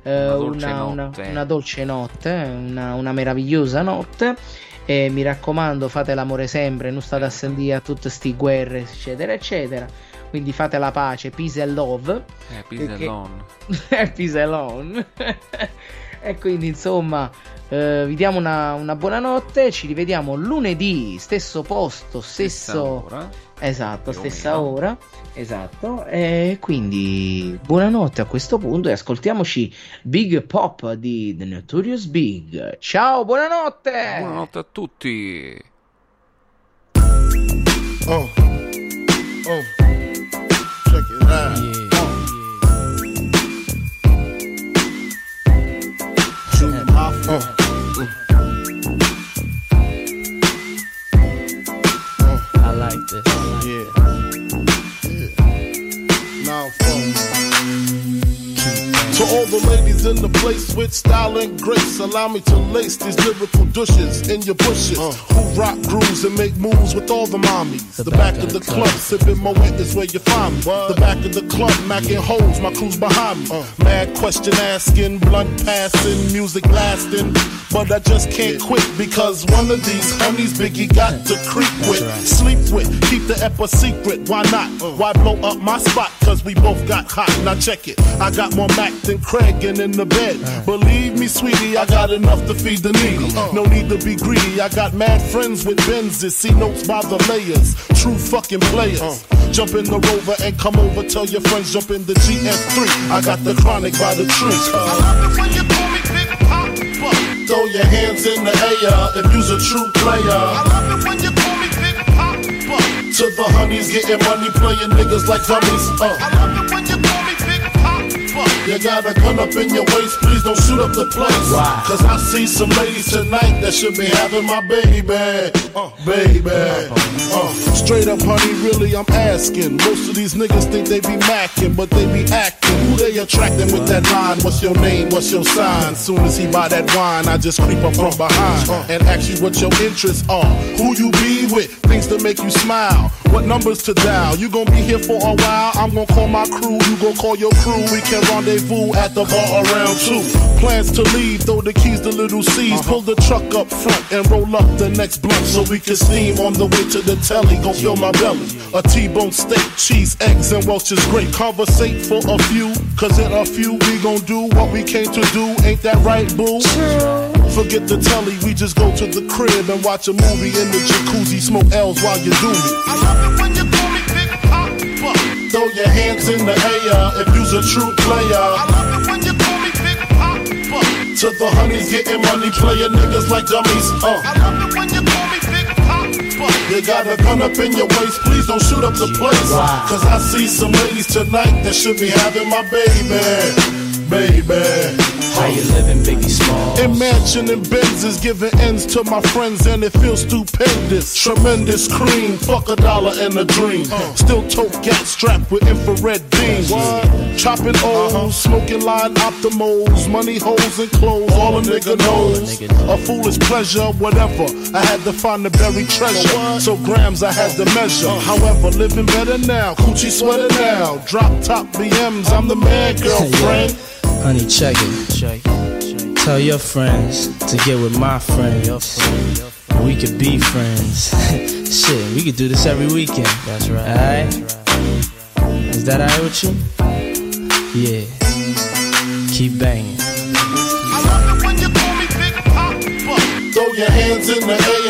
una dolce notte, una meravigliosa notte, e mi raccomando, fate l'amore sempre, non state a sentire a tutte sti guerre eccetera eccetera, quindi fate la pace, peace and love, peace alone. Peace alone. E quindi insomma vi diamo una buonanotte, ci rivediamo lunedì, stesso posto, stessa ora. Esatto, stessa ora. Esatto. E quindi buonanotte a questo punto e ascoltiamoci Big Pop di The Notorious Big. Ciao, buonanotte. Buonanotte a tutti. Oh. Check it out. I like this. Now to all the ladies in the place with style and grace, allow me to lace these lyrical douches in your bushes who rock grooves and make moves with all the mommies. The back of the club, sipping Moet is where you find me. The back of the club, macking holes, my crew's behind me. Mad question asking, blunt passing, music lasting. But I just can't quit because one of these honeys Biggie got to creep with, sleep with, keep the ep a secret. Why not? Why blow up my spot? Cause we both got hot. Now check it. I got more Mac than Craig and in the bed. Believe me, sweetie, I got enough to feed the needy. No need to be greedy. I got mad friends with Benzes. See notes by the layers. True fucking players. Jump in the Rover and come over. Tell your friends jump in the GS3. I got the chronic by the tree. I love it when you call me Big Pop. Throw your hands in the air if you's a true player. I love it when you call me Big Pop. To the honeys getting money, playing niggas like dummies. I love it when you call me Big Pop. You got a gun up in your waist, please don't shoot up the place. Cause I see some ladies tonight that should be having my baby. Straight up, honey, really, I'm asking. Most of these niggas think they be macking, but they be acting. Who they attracting with that line? What's your name? What's your sign? Soon as he buy that wine, I just creep up from behind and ask you what your interests are. Who you be with? Things to make you smile. What numbers to dial? You gon' be here for a while. I'm gon' call my crew. You gon' call your crew. We can rendezvous at the bar around 2. Plans to leave, throw the keys to little C's. Pull the truck up front and roll up the next blunt so we can steam on the way to the telly. Gon' fill my belly. A T-bone steak, cheese, eggs, and Welch's grape. Conversate for a few, cause in a few we gon' do what we came to do. Ain't that right, boo? Forget the telly, we just go to the crib and watch a movie in the jacuzzi. Smoke L's while you do me. I love it when you call me Big Pop. Throw your hands in the air if you's a true player. I love it when you call me Big Pop. To the honeys getting money, playing niggas like dummies. I love it when you call me Big Pop. You got a gun up in your waist, please don't shoot up the place. Cause I see some ladies tonight that should be having my baby. How you living, Biggie Smalls? In mansion and Benzes, giving ends to my friends and it feels stupendous. Tremendous cream, fuck $1 and a dream. Still tote gat strapped with infrared beams. Chopping O's, smoking line optimals, money holes and clothes, all a nigga knows. A foolish pleasure, whatever. I had to find the buried treasure, so grams I had to measure. However, living better now, coochie sweater now. Drop top BMs, I'm the man, girlfriend. Honey, check it. Tell your friends to get with my friends. We could be friends. Shit, we could do this every weekend. That's right. Alright? Is that alright with you? Yeah. Keep banging. I love it when you call me Big Pop. Throw your hands in the air